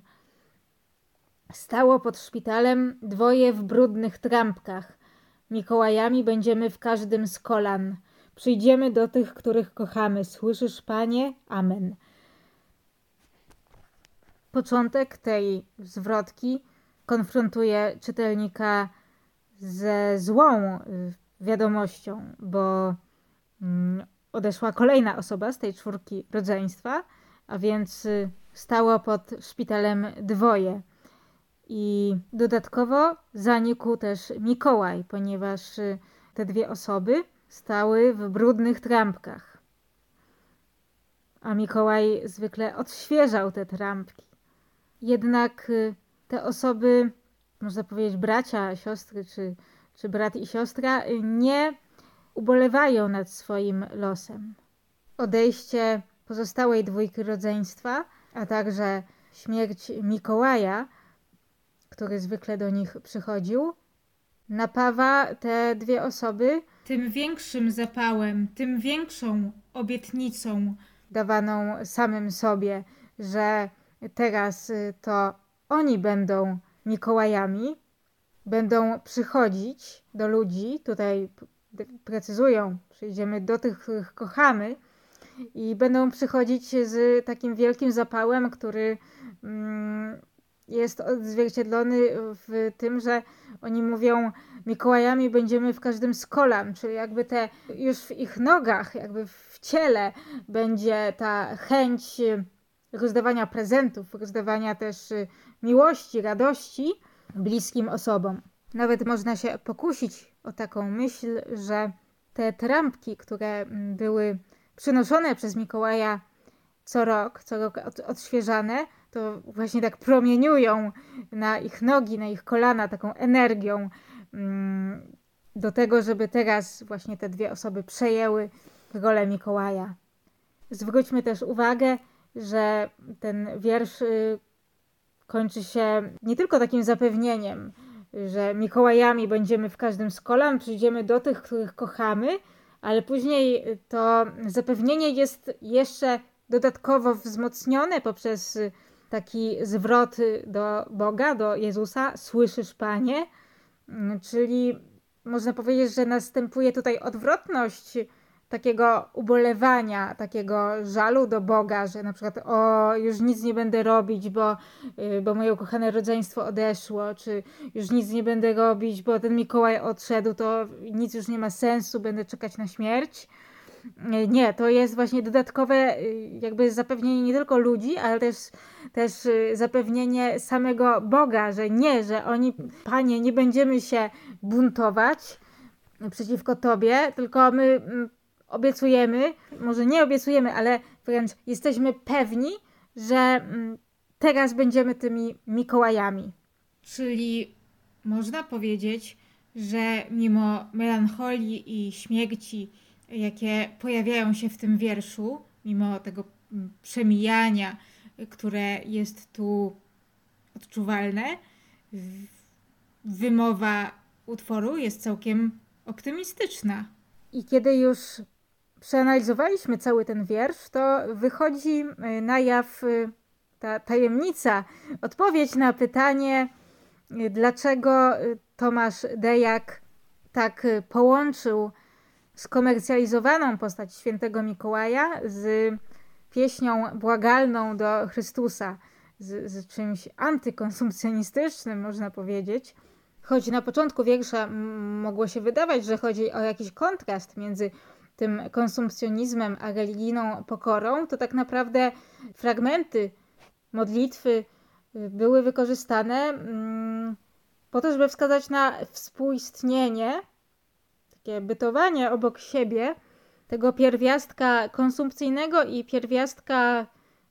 Stało pod szpitalem 2 w brudnych trampkach. Mikołajami będziemy w każdym z kolan. Przyjdziemy do tych, których kochamy. Słyszysz, Panie? Amen. Początek tej zwrotki konfrontuje czytelnika ze złą wiadomością, bo odeszła kolejna osoba z tej 4 rodzeństwa, a więc stało pod szpitalem 2. I dodatkowo zanikł też Mikołaj, ponieważ te 2 osoby stały w brudnych trampkach. A Mikołaj zwykle odświeżał te trampki. Jednak te osoby, można powiedzieć bracia, siostry, czy brat i siostra, nie ubolewają nad swoim losem. Odejście pozostałej 2 rodzeństwa, a także śmierć Mikołaja, który zwykle do nich przychodził, napawa te 2 osoby tym większym zapałem, tym większą obietnicą dawaną samym sobie, że teraz to oni będą Mikołajami, będą przychodzić do ludzi, tutaj precyzują, przyjdziemy do tych, których kochamy, i będą przychodzić z takim wielkim zapałem, który jest odzwierciedlony w tym, że oni mówią: Mikołajami będziemy w każdym z kolan, czyli jakby już w ich nogach, jakby w ciele będzie ta chęć rozdawania prezentów, rozdawania też miłości, radości bliskim osobom. Nawet można się pokusić o taką myśl, że te trampki, które były przynoszone przez Mikołaja co rok odświeżane, to właśnie tak promieniują na ich nogi, na ich kolana taką energią do tego, żeby teraz właśnie te dwie osoby przejęły rolę Mikołaja. Zwróćmy też uwagę, że ten wiersz kończy się nie tylko takim zapewnieniem, że Mikołajami będziemy w każdym z kolan, przyjdziemy do tych, których kochamy, ale później to zapewnienie jest jeszcze dodatkowo wzmocnione poprzez taki zwrot do Boga, do Jezusa: słyszysz, Panie? Czyli można powiedzieć, że następuje tutaj odwrotność takiego ubolewania, takiego żalu do Boga, że na przykład już nic nie będę robić, bo moje ukochane rodzeństwo odeszło, czy już nic nie będę robić, bo ten Mikołaj odszedł, to nic już nie ma sensu, będę czekać na śmierć. Nie, to jest właśnie dodatkowe jakby zapewnienie nie tylko ludzi, ale też zapewnienie samego Boga, że oni, Panie, nie będziemy się buntować przeciwko Tobie, tylko my obiecujemy, może nie obiecujemy, ale wręcz jesteśmy pewni, że teraz będziemy tymi Mikołajami. Czyli można powiedzieć, że mimo melancholii i śmierci, jakie pojawiają się w tym wierszu, mimo tego przemijania, które jest tu odczuwalne, wymowa utworu jest całkiem optymistyczna. I kiedy już przeanalizowaliśmy cały ten wiersz, to wychodzi na jaw ta tajemnica, odpowiedź na pytanie, dlaczego Tomasz Dejak tak połączył skomercjalizowaną postać świętego Mikołaja z pieśnią błagalną do Chrystusa, z czymś antykonsumpcjonistycznym, można powiedzieć. Choć na początku wiersza mogło się wydawać, że chodzi o jakiś kontrast między tym konsumpcjonizmem a religijną pokorą, to tak naprawdę fragmenty modlitwy były wykorzystane po to, żeby wskazać na współistnienie, takie bytowanie obok siebie tego pierwiastka konsumpcyjnego i pierwiastka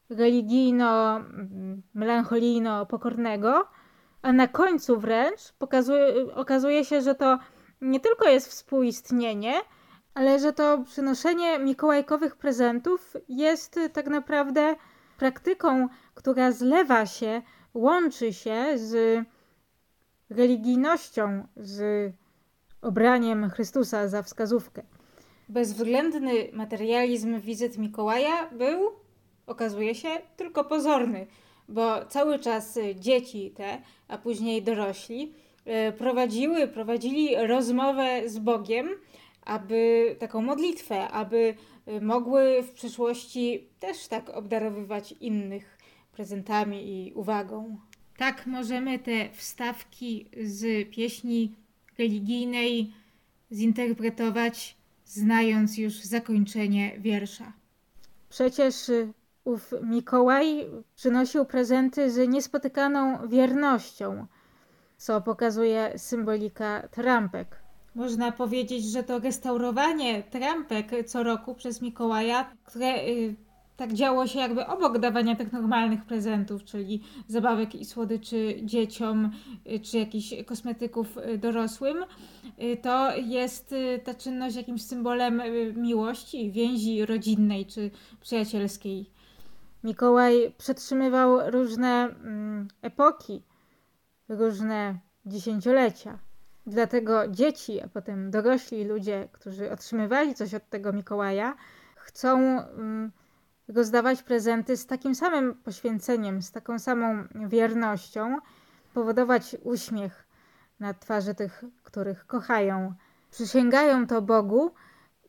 religijno-melancholijno-pokornego, a na końcu wręcz okazuje się, że to nie tylko jest współistnienie, ale że to przynoszenie mikołajkowych prezentów jest tak naprawdę praktyką, która zlewa się, łączy się z religijnością, z obraniem Chrystusa za wskazówkę. Bezwzględny materializm wizyt Mikołaja był, okazuje się, tylko pozorny, bo cały czas dzieci a później dorośli prowadzili rozmowę z Bogiem, aby taką modlitwę, aby mogły w przyszłości też tak obdarowywać innych prezentami i uwagą. Tak możemy te wstawki z pieśni religijnej zinterpretować, znając już zakończenie wiersza. Przecież ów Mikołaj przynosił prezenty z niespotykaną wiernością, co pokazuje symbolika trampek. Można powiedzieć, że to restaurowanie trampek co roku przez Mikołaja, które tak działo się jakby obok dawania tych normalnych prezentów, czyli zabawek i słodyczy dzieciom, czy jakichś kosmetyków dorosłym, to jest ta czynność jakimś symbolem miłości, więzi rodzinnej czy przyjacielskiej. Mikołaj przetrzymywał różne epoki, różne dziesięciolecia. Dlatego dzieci, a potem dorośli ludzie, którzy otrzymywali coś od tego Mikołaja, chcą rozdawać prezenty z takim samym poświęceniem, z taką samą wiernością, powodować uśmiech na twarzy tych, których kochają. Przysięgają to Bogu i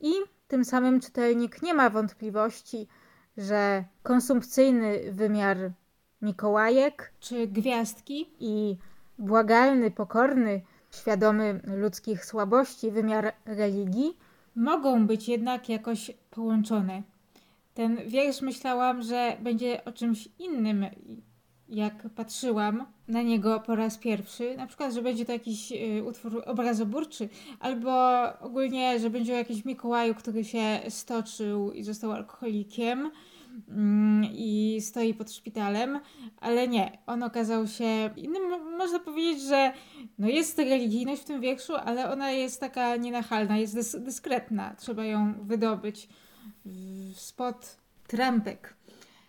Tym samym czytelnik nie ma wątpliwości, że konsumpcyjny wymiar Mikołajek czy gwiazdki i błagalny, pokorny, świadomy ludzkich słabości wymiar religii mogą być jednak jakoś połączone. Ten wiersz myślałam, że będzie o czymś innym, jak patrzyłam na niego po raz pierwszy. Na przykład, że będzie to jakiś utwór obrazoburczy, albo ogólnie, że będzie o jakimś Mikołaju, który się stoczył i został alkoholikiem i stoi pod szpitalem, ale nie, on okazał się innym. Można powiedzieć, że no jest religijność w tym wierszu, ale ona jest taka nienachalna, jest dyskretna, trzeba ją wydobyć spod trampek.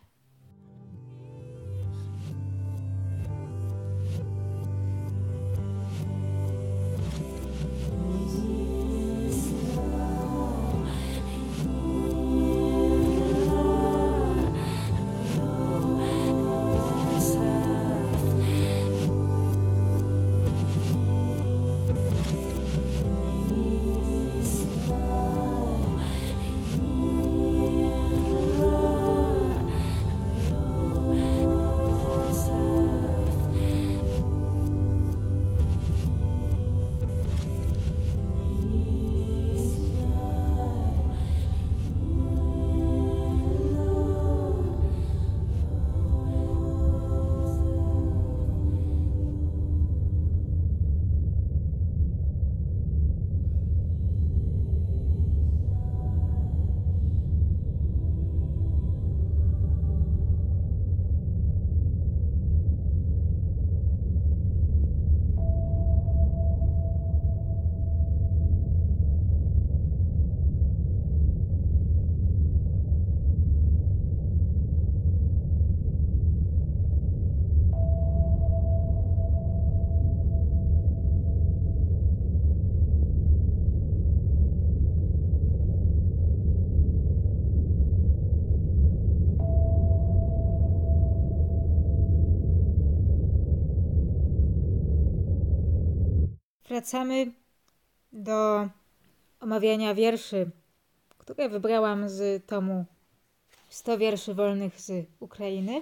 Wracamy do omawiania wierszy, które wybrałam z tomu 100 wierszy wolnych z Ukrainy.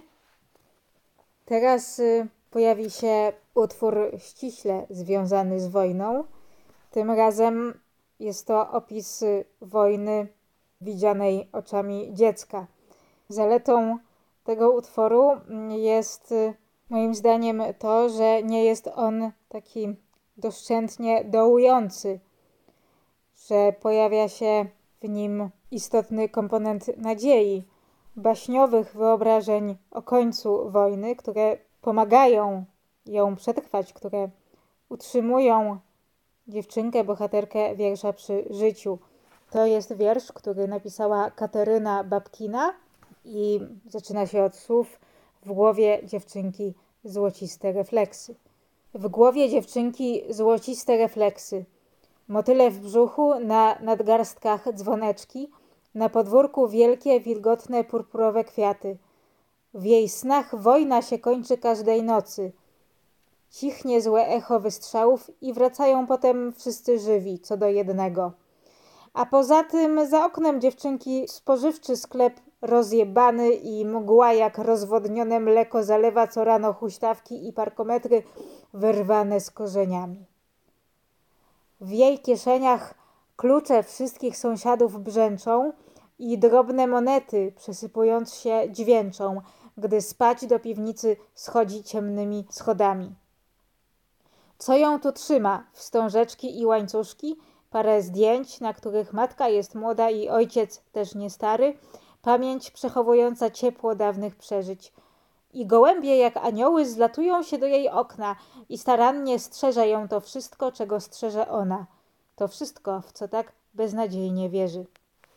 Teraz pojawi się utwór ściśle związany z wojną. Tym razem jest to opis wojny widzianej oczami dziecka. Zaletą tego utworu jest moim zdaniem to, że nie jest on taki doszczętnie dołujący, że pojawia się w nim istotny komponent nadziei, baśniowych wyobrażeń o końcu wojny, które pomagają ją przetrwać, które utrzymują dziewczynkę, bohaterkę wiersza przy życiu. To jest wiersz, który napisała Kateryna Babkina i zaczyna się od słów: w głowie dziewczynki złociste refleksy. W głowie dziewczynki złociste refleksy. Motyle w brzuchu, na nadgarstkach dzwoneczki, na podwórku wielkie, wilgotne, purpurowe kwiaty. W jej snach wojna się kończy każdej nocy. Cichnie złe echo wystrzałów i wracają potem wszyscy żywi, co do jednego. A poza tym za oknem dziewczynki spożywczy sklep rozjebany i mgła jak rozwodnione mleko zalewa co rano huśtawki i parkometry wyrwane z korzeniami. W jej kieszeniach klucze wszystkich sąsiadów brzęczą i drobne monety przesypując się dźwięczą, gdy spać do piwnicy schodzi ciemnymi schodami. Co ją tu trzyma? Wstążeczki i łańcuszki, parę zdjęć, na których matka jest młoda i ojciec też nie stary, pamięć przechowująca ciepło dawnych przeżyć. I gołębie jak anioły zlatują się do jej okna i starannie strzeże ją to wszystko, czego strzeże ona. To wszystko, w co tak beznadziejnie wierzy.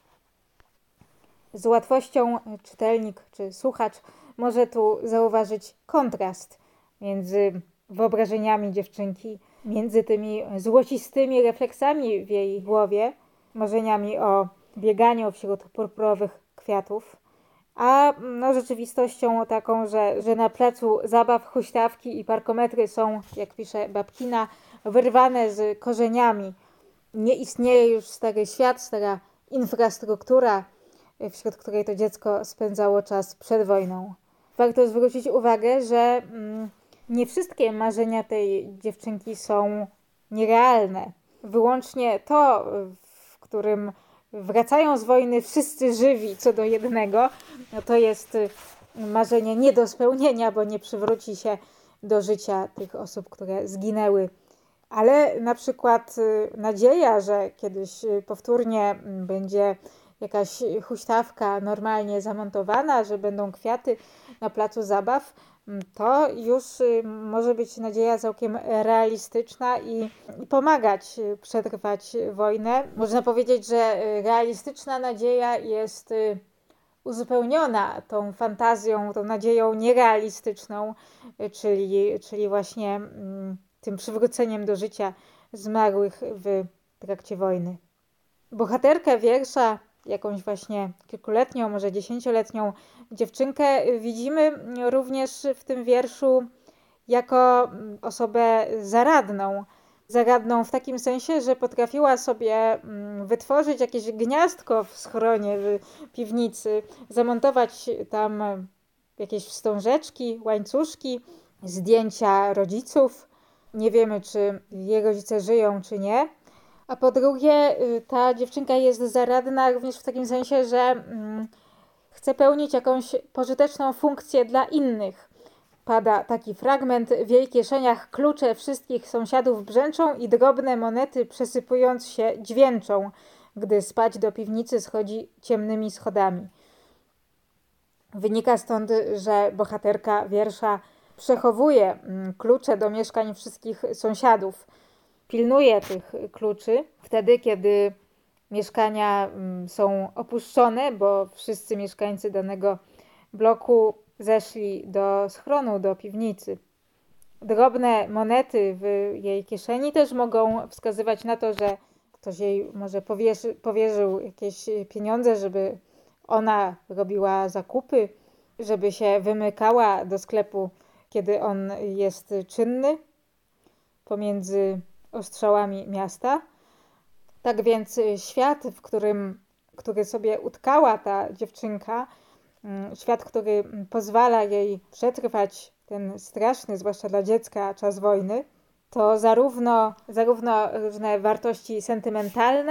Z łatwością czytelnik czy słuchacz może tu zauważyć kontrast między wyobrażeniami dziewczynki, między tymi złocistymi refleksami w jej głowie, marzeniami o bieganiu wśród purpurowych kwiatów, a rzeczywistością taką, że na placu zabaw huśtawki i parkometry są, jak pisze Babkina, wyrwane z korzeniami. Nie istnieje już stary świat, stara infrastruktura, wśród której to dziecko spędzało czas przed wojną. Warto zwrócić uwagę, że nie wszystkie marzenia tej dziewczynki są nierealne. Wyłącznie to, w którym wracają z wojny wszyscy żywi co do jednego, no to jest marzenie nie do spełnienia, bo nie przywróci się do życia tych osób, które zginęły. Ale na przykład nadzieja, że kiedyś powtórnie będzie jakaś huśtawka normalnie zamontowana, że będą kwiaty na placu zabaw, to już może być nadzieja całkiem realistyczna i pomagać przetrwać wojnę. Można powiedzieć, że realistyczna nadzieja jest uzupełniona tą fantazją, tą nadzieją nierealistyczną, czyli właśnie tym przywróceniem do życia zmarłych w trakcie wojny. Bohaterkę wiersza, jakąś właśnie kilkuletnią, może 10-letnią dziewczynkę, widzimy również w tym wierszu jako osobę zaradną. Zaradną w takim sensie, że potrafiła sobie wytworzyć jakieś gniazdko w schronie, w piwnicy, zamontować tam jakieś wstążeczki, łańcuszki, zdjęcia rodziców. Nie wiemy, czy jej rodzice żyją, czy nie. A po drugie, ta dziewczynka jest zaradna również w takim sensie, że chce pełnić jakąś pożyteczną funkcję dla innych. Pada taki fragment: w jej kieszeniach klucze wszystkich sąsiadów brzęczą i drobne monety przesypując się dźwięczą, gdy spać do piwnicy schodzi ciemnymi schodami. Wynika stąd, że bohaterka wiersza przechowuje klucze do mieszkań wszystkich sąsiadów. Pilnuje tych kluczy wtedy, kiedy mieszkania są opuszczone, bo wszyscy mieszkańcy danego bloku zeszli do schronu, do piwnicy. Drobne monety w jej kieszeni też mogą wskazywać na to, że ktoś jej może powierzył jakieś pieniądze, żeby ona robiła zakupy, żeby się wymykała do sklepu, kiedy on jest czynny pomiędzy ostrzałami miasta. Tak więc świat, który sobie utkała ta dziewczynka, świat, który pozwala jej przetrwać ten straszny, zwłaszcza dla dziecka, czas wojny, to zarówno różne wartości sentymentalne,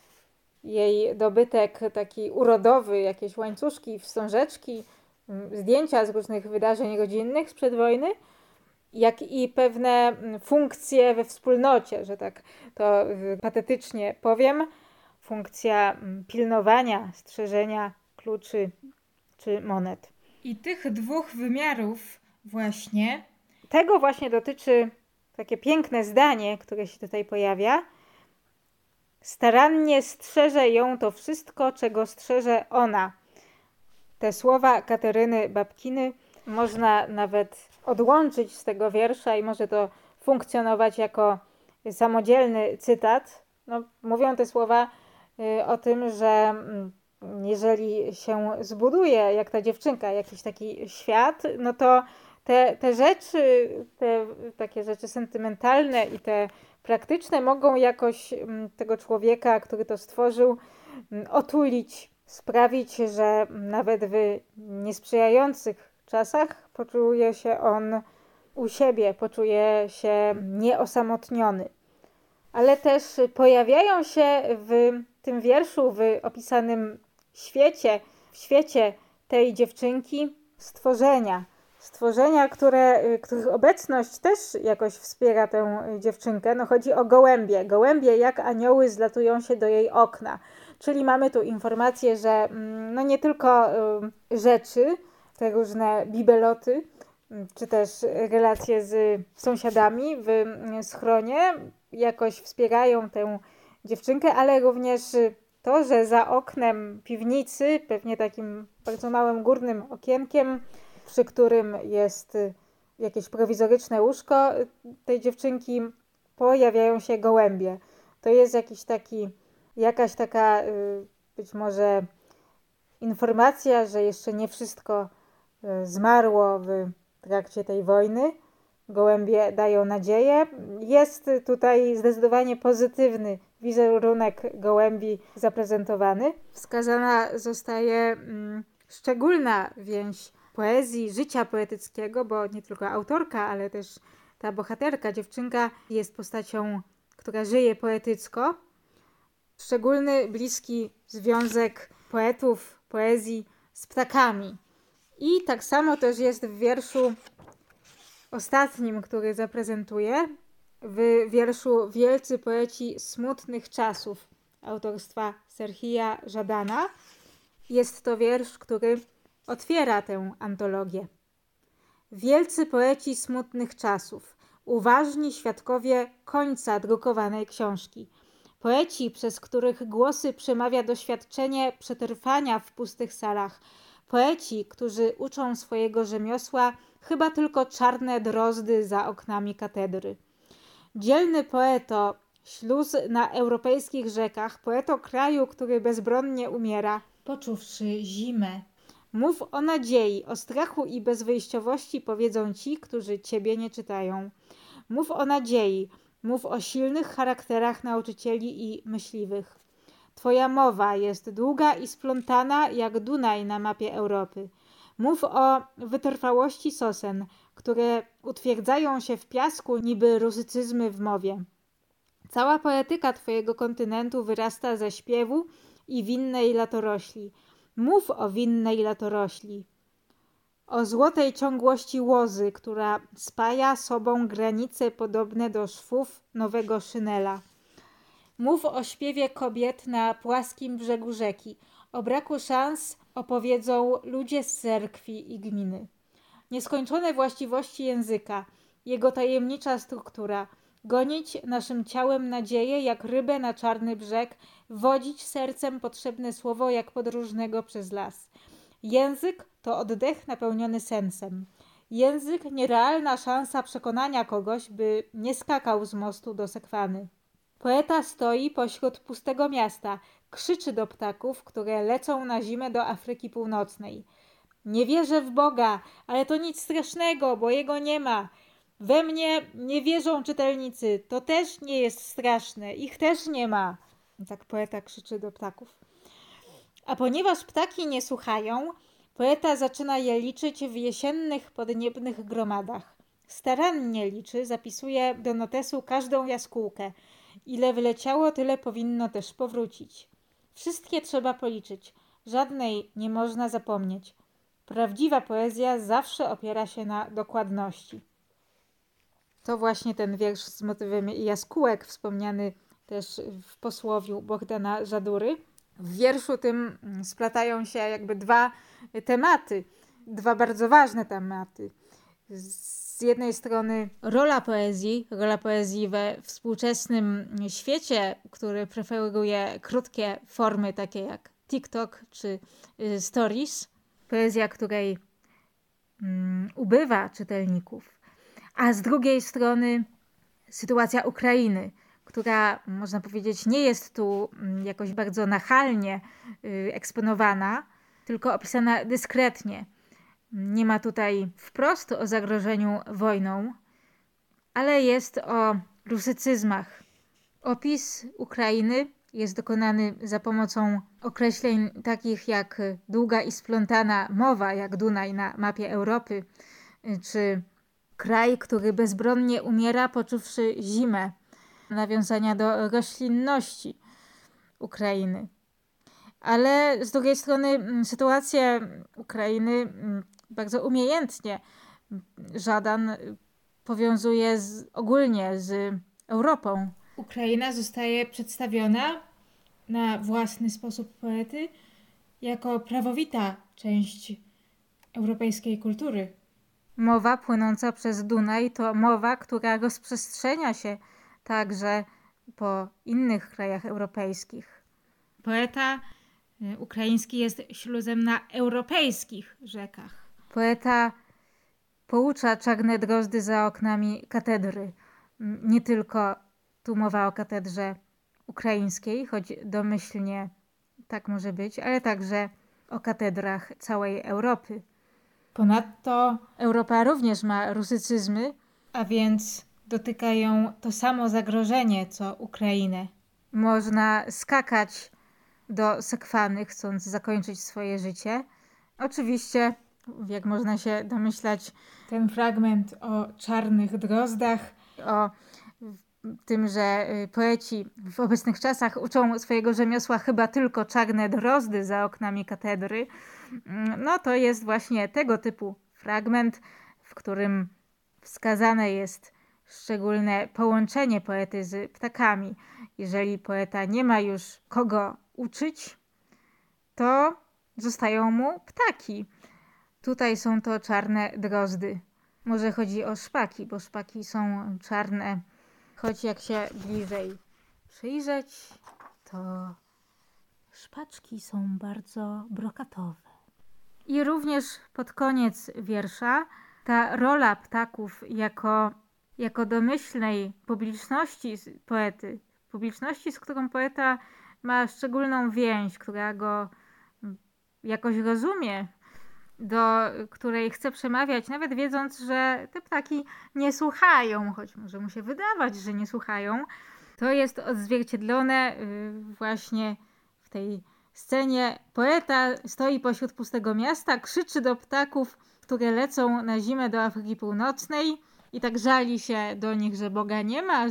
jej dobytek taki urodowy, jakieś łańcuszki, wstążeczki, zdjęcia z różnych wydarzeń rodzinnych sprzed wojny, jak i pewne funkcje we wspólnocie, że tak to patetycznie powiem, funkcja pilnowania, strzeżenia kluczy czy monet. I tych dwóch wymiarów właśnie. Tego właśnie dotyczy takie piękne zdanie, które się tutaj pojawia. Starannie strzeże ją to wszystko, czego strzeże ona. Te słowa Kateryny Babkiny można nawet odłączyć z tego wiersza i może to funkcjonować jako samodzielny cytat. No, mówią te słowa o tym, że jeżeli się zbuduje, jak ta dziewczynka, jakiś taki świat, no to te rzeczy, te takie rzeczy sentymentalne i te praktyczne mogą jakoś tego człowieka, który to stworzył, otulić, sprawić, że nawet w niesprzyjających czasach poczuje się on u siebie, poczuje się nieosamotniony. Ale też pojawiają się w tym wierszu, w opisanym świecie, w świecie tej dziewczynki stworzenia, których obecność też jakoś wspiera tę dziewczynkę. No chodzi o gołębie. Gołębie jak anioły zlatują się do jej okna. Czyli mamy tu informację, że no nie tylko rzeczy, te różne bibeloty, czy też relacje z sąsiadami w schronie jakoś wspierają tę dziewczynkę, ale również to, że za oknem piwnicy, pewnie takim bardzo małym górnym okienkiem, przy którym jest jakieś prowizoryczne łóżko tej dziewczynki, pojawiają się gołębie. To jest jakaś taka być może informacja, że jeszcze nie wszystko zmarło w trakcie tej wojny. Gołębie dają nadzieję. Jest tutaj zdecydowanie pozytywny wizerunek gołębi zaprezentowany. Wskazana zostaje szczególna więź poezji, życia poetyckiego, bo nie tylko autorka, ale też ta bohaterka, dziewczynka jest postacią, która żyje poetycko. Szczególny, bliski związek poetów, poezji z ptakami. I tak samo też jest w wierszu ostatnim, który zaprezentuję, w wierszu Wielcy poeci smutnych czasów autorstwa Serhija Żadana. Jest to wiersz, który otwiera tę antologię. Wielcy poeci smutnych czasów, uważni świadkowie końca drukowanej książki. Poeci, przez których głosy przemawia doświadczenie przetrwania w pustych salach. Poeci, którzy uczą swojego rzemiosła chyba tylko czarne drozdy za oknami katedry. Dzielny poeto, śluz na europejskich rzekach, poeto kraju, który bezbronnie umiera, Poczuwszy zimę. mów o nadziei, o strachu i bezwyjściowości powiedzą ci, którzy ciebie nie czytają. Mów o nadziei, mów o silnych charakterach nauczycieli i myśliwych. Twoja mowa jest długa i splątana jak Dunaj na mapie Europy. Mów o wytrwałości sosen, które utwierdzają się w piasku niby rusycyzmy w mowie. Cała poetyka twojego kontynentu wyrasta ze śpiewu i winnej latorośli. Mów o winnej latorośli. O złotej ciągłości łozy, która spaja sobą granice podobne do szwów nowego szynela. Mów o śpiewie kobiet na płaskim brzegu rzeki. O braku szans opowiedzą ludzie z cerkwi i gminy. Nieskończone właściwości języka, jego tajemnicza struktura, gonić naszym ciałem nadzieję jak rybę na czarny brzeg, wodzić sercem potrzebne słowo jak podróżnego przez las. Język to oddech napełniony sensem. Język nierealna szansa przekonania kogoś, by nie skakał z mostu do sekwany. Poeta stoi pośród pustego miasta, krzyczy do ptaków, które lecą na zimę do Afryki Północnej. Nie wierzę w Boga, ale to nic strasznego, bo Jego nie ma. We mnie nie wierzą czytelnicy, to też nie jest straszne, ich też nie ma. Tak poeta krzyczy do ptaków. A ponieważ ptaki nie słuchają, poeta zaczyna je liczyć w jesiennych, podniebnych gromadach. Starannie liczy, zapisuje do notesu każdą jaskółkę. Ile wyleciało, tyle powinno też powrócić. Wszystkie trzeba policzyć, żadnej nie można zapomnieć. Prawdziwa poezja zawsze opiera się na dokładności. To właśnie ten wiersz z motywem jaskółek, wspomniany też w posłowiu Bohdana Żadury. W wierszu tym splatają się jakby dwa tematy, dwa bardzo ważne tematy. Z jednej strony rola poezji we współczesnym świecie, który preferuje krótkie formy takie jak TikTok czy Stories. Poezja, której ubywa czytelników. A z drugiej strony sytuacja Ukrainy, która, można powiedzieć, nie jest tu jakoś bardzo nachalnie eksponowana, tylko opisana dyskretnie. Nie ma tutaj wprost o zagrożeniu wojną, ale jest o rusycyzmach. Opis Ukrainy jest dokonany za pomocą określeń takich jak długa i splątana mowa, jak Dunaj na mapie Europy, czy kraj, który bezbronnie umiera, poczuwszy zimę. Nawiązania do roślinności Ukrainy. Ale z drugiej strony sytuację Ukrainy bardzo umiejętnie Żadan powiązuje ogólnie z Europą. Ukraina zostaje przedstawiona na własny sposób poety jako prawowita część europejskiej kultury. Mowa płynąca przez Dunaj to mowa, która rozprzestrzenia się także po innych krajach europejskich. Poeta ukraiński jest śluzem na europejskich rzekach. Poeta poucza czarne drozdy za oknami katedry. Nie tylko tu mowa o katedrze ukraińskiej, choć domyślnie tak może być, ale także o katedrach całej Europy. Ponadto Europa również ma rusycyzmy, a więc dotykają to samo zagrożenie, co Ukrainę. można skakać do sekwany, chcąc zakończyć swoje życie. Oczywiście, jak można się domyślać, ten fragment o czarnych drozdach, o tym, że poeci w obecnych czasach uczą swojego rzemiosła chyba tylko czarne drozdy za oknami katedry, no to jest właśnie tego typu fragment, w którym wskazane jest szczególne połączenie poety z ptakami. Jeżeli poeta nie ma już kogo uczyć, to zostają mu ptaki. Tutaj są to czarne drozdy. Może chodzi o szpaki, bo szpaki są czarne, choć jak się bliżej przyjrzeć, to szpaczki są bardzo brokatowe. I również pod koniec wiersza ta rola ptaków jako domyślnej publiczności poety, publiczności, z którą poeta ma szczególną więź, która go jakoś rozumie, do której chce przemawiać, nawet wiedząc, że te ptaki nie słuchają, choć może mu się wydawać, że nie słuchają. To jest odzwierciedlone właśnie w tej scenie. Poeta stoi pośród pustego miasta, krzyczy do ptaków, które lecą na zimę do Afryki Północnej i tak żali się do nich, że Boga nie ma,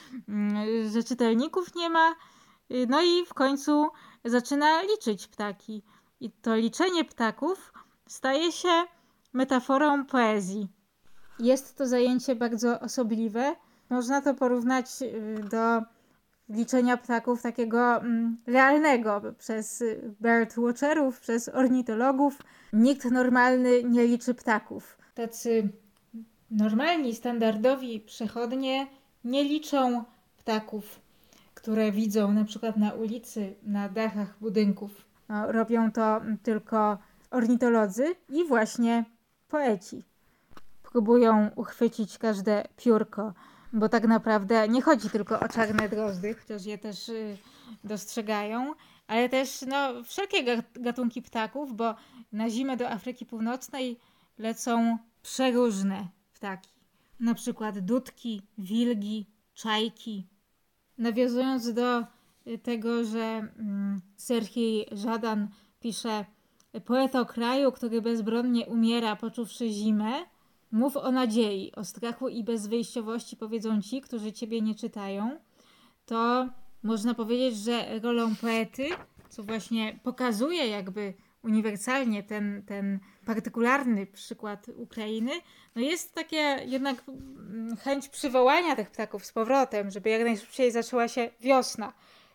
że czytelników nie ma. No i w końcu zaczyna liczyć ptaki. I to liczenie ptaków staje się metaforą poezji. Jest to zajęcie bardzo osobliwe. Można to porównać do liczenia ptaków takiego realnego przez birdwatcherów, przez ornitologów. Nikt normalny nie liczy ptaków. Tacy normalni, standardowi przechodnie nie liczą ptaków, które widzą na przykład na ulicy, na dachach budynków. No, robią to tylko ornitolodzy i właśnie poeci. Próbują uchwycić każde piórko, bo tak naprawdę nie chodzi tylko o czarne drozdy, chociaż je też dostrzegają, ale też wszelkie gatunki ptaków, bo na zimę do Afryki Północnej lecą przeróżne ptaki. Na przykład dudki, wilgi, czajki. Nawiązując do tego, że Serhii Żadan pisze: poeta o kraju, który bezbronnie umiera, poczuwszy zimę, mów o nadziei, o strachu i bezwyjściowości powiedzą ci, którzy ciebie nie czytają. To można powiedzieć, że rolą poety, co właśnie pokazuje jakby uniwersalnie ten partykularny przykład Ukrainy, jest takie jednak chęć przywołania tych ptaków z powrotem, żeby jak najszybciej zaczęła się wiosna,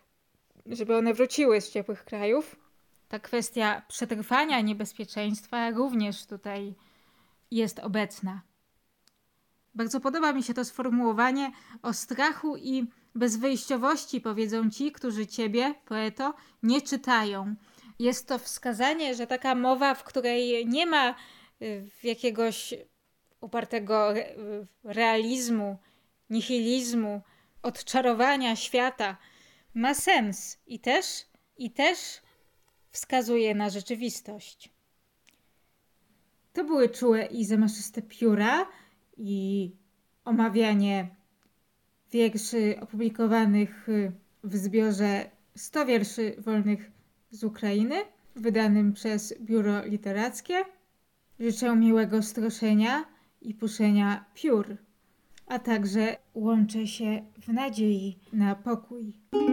żeby one wróciły z ciepłych krajów. Ta kwestia przetrwania niebezpieczeństwa również tutaj jest obecna. Bardzo podoba mi się to sformułowanie: o strachu i bezwyjściowości powiedzą ci, którzy ciebie, poeto, nie czytają. Jest to wskazanie, że taka mowa, w której nie ma jakiegoś upartego realizmu, nihilizmu, odczarowania świata, ma sens i też wskazuje na rzeczywistość. To były czułe i zamaszyste pióra i omawianie wierszy opublikowanych w zbiorze 100 wierszy wolnych z Ukrainy, wydanym przez Biuro Literackie. Życzę miłego stroszenia i puszenia piór, a także łączę się w nadziei na pokój.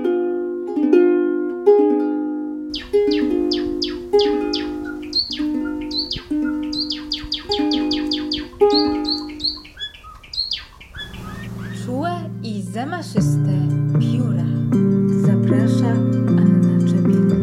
Czułe i zamaszyste pióra. Zaprasza Anna Czepiel.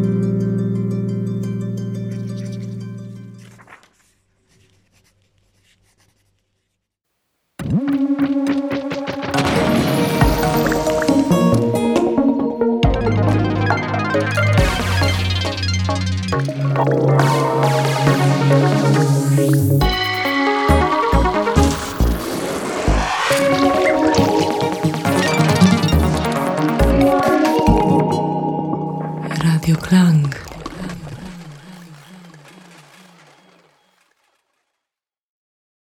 Radio Klang.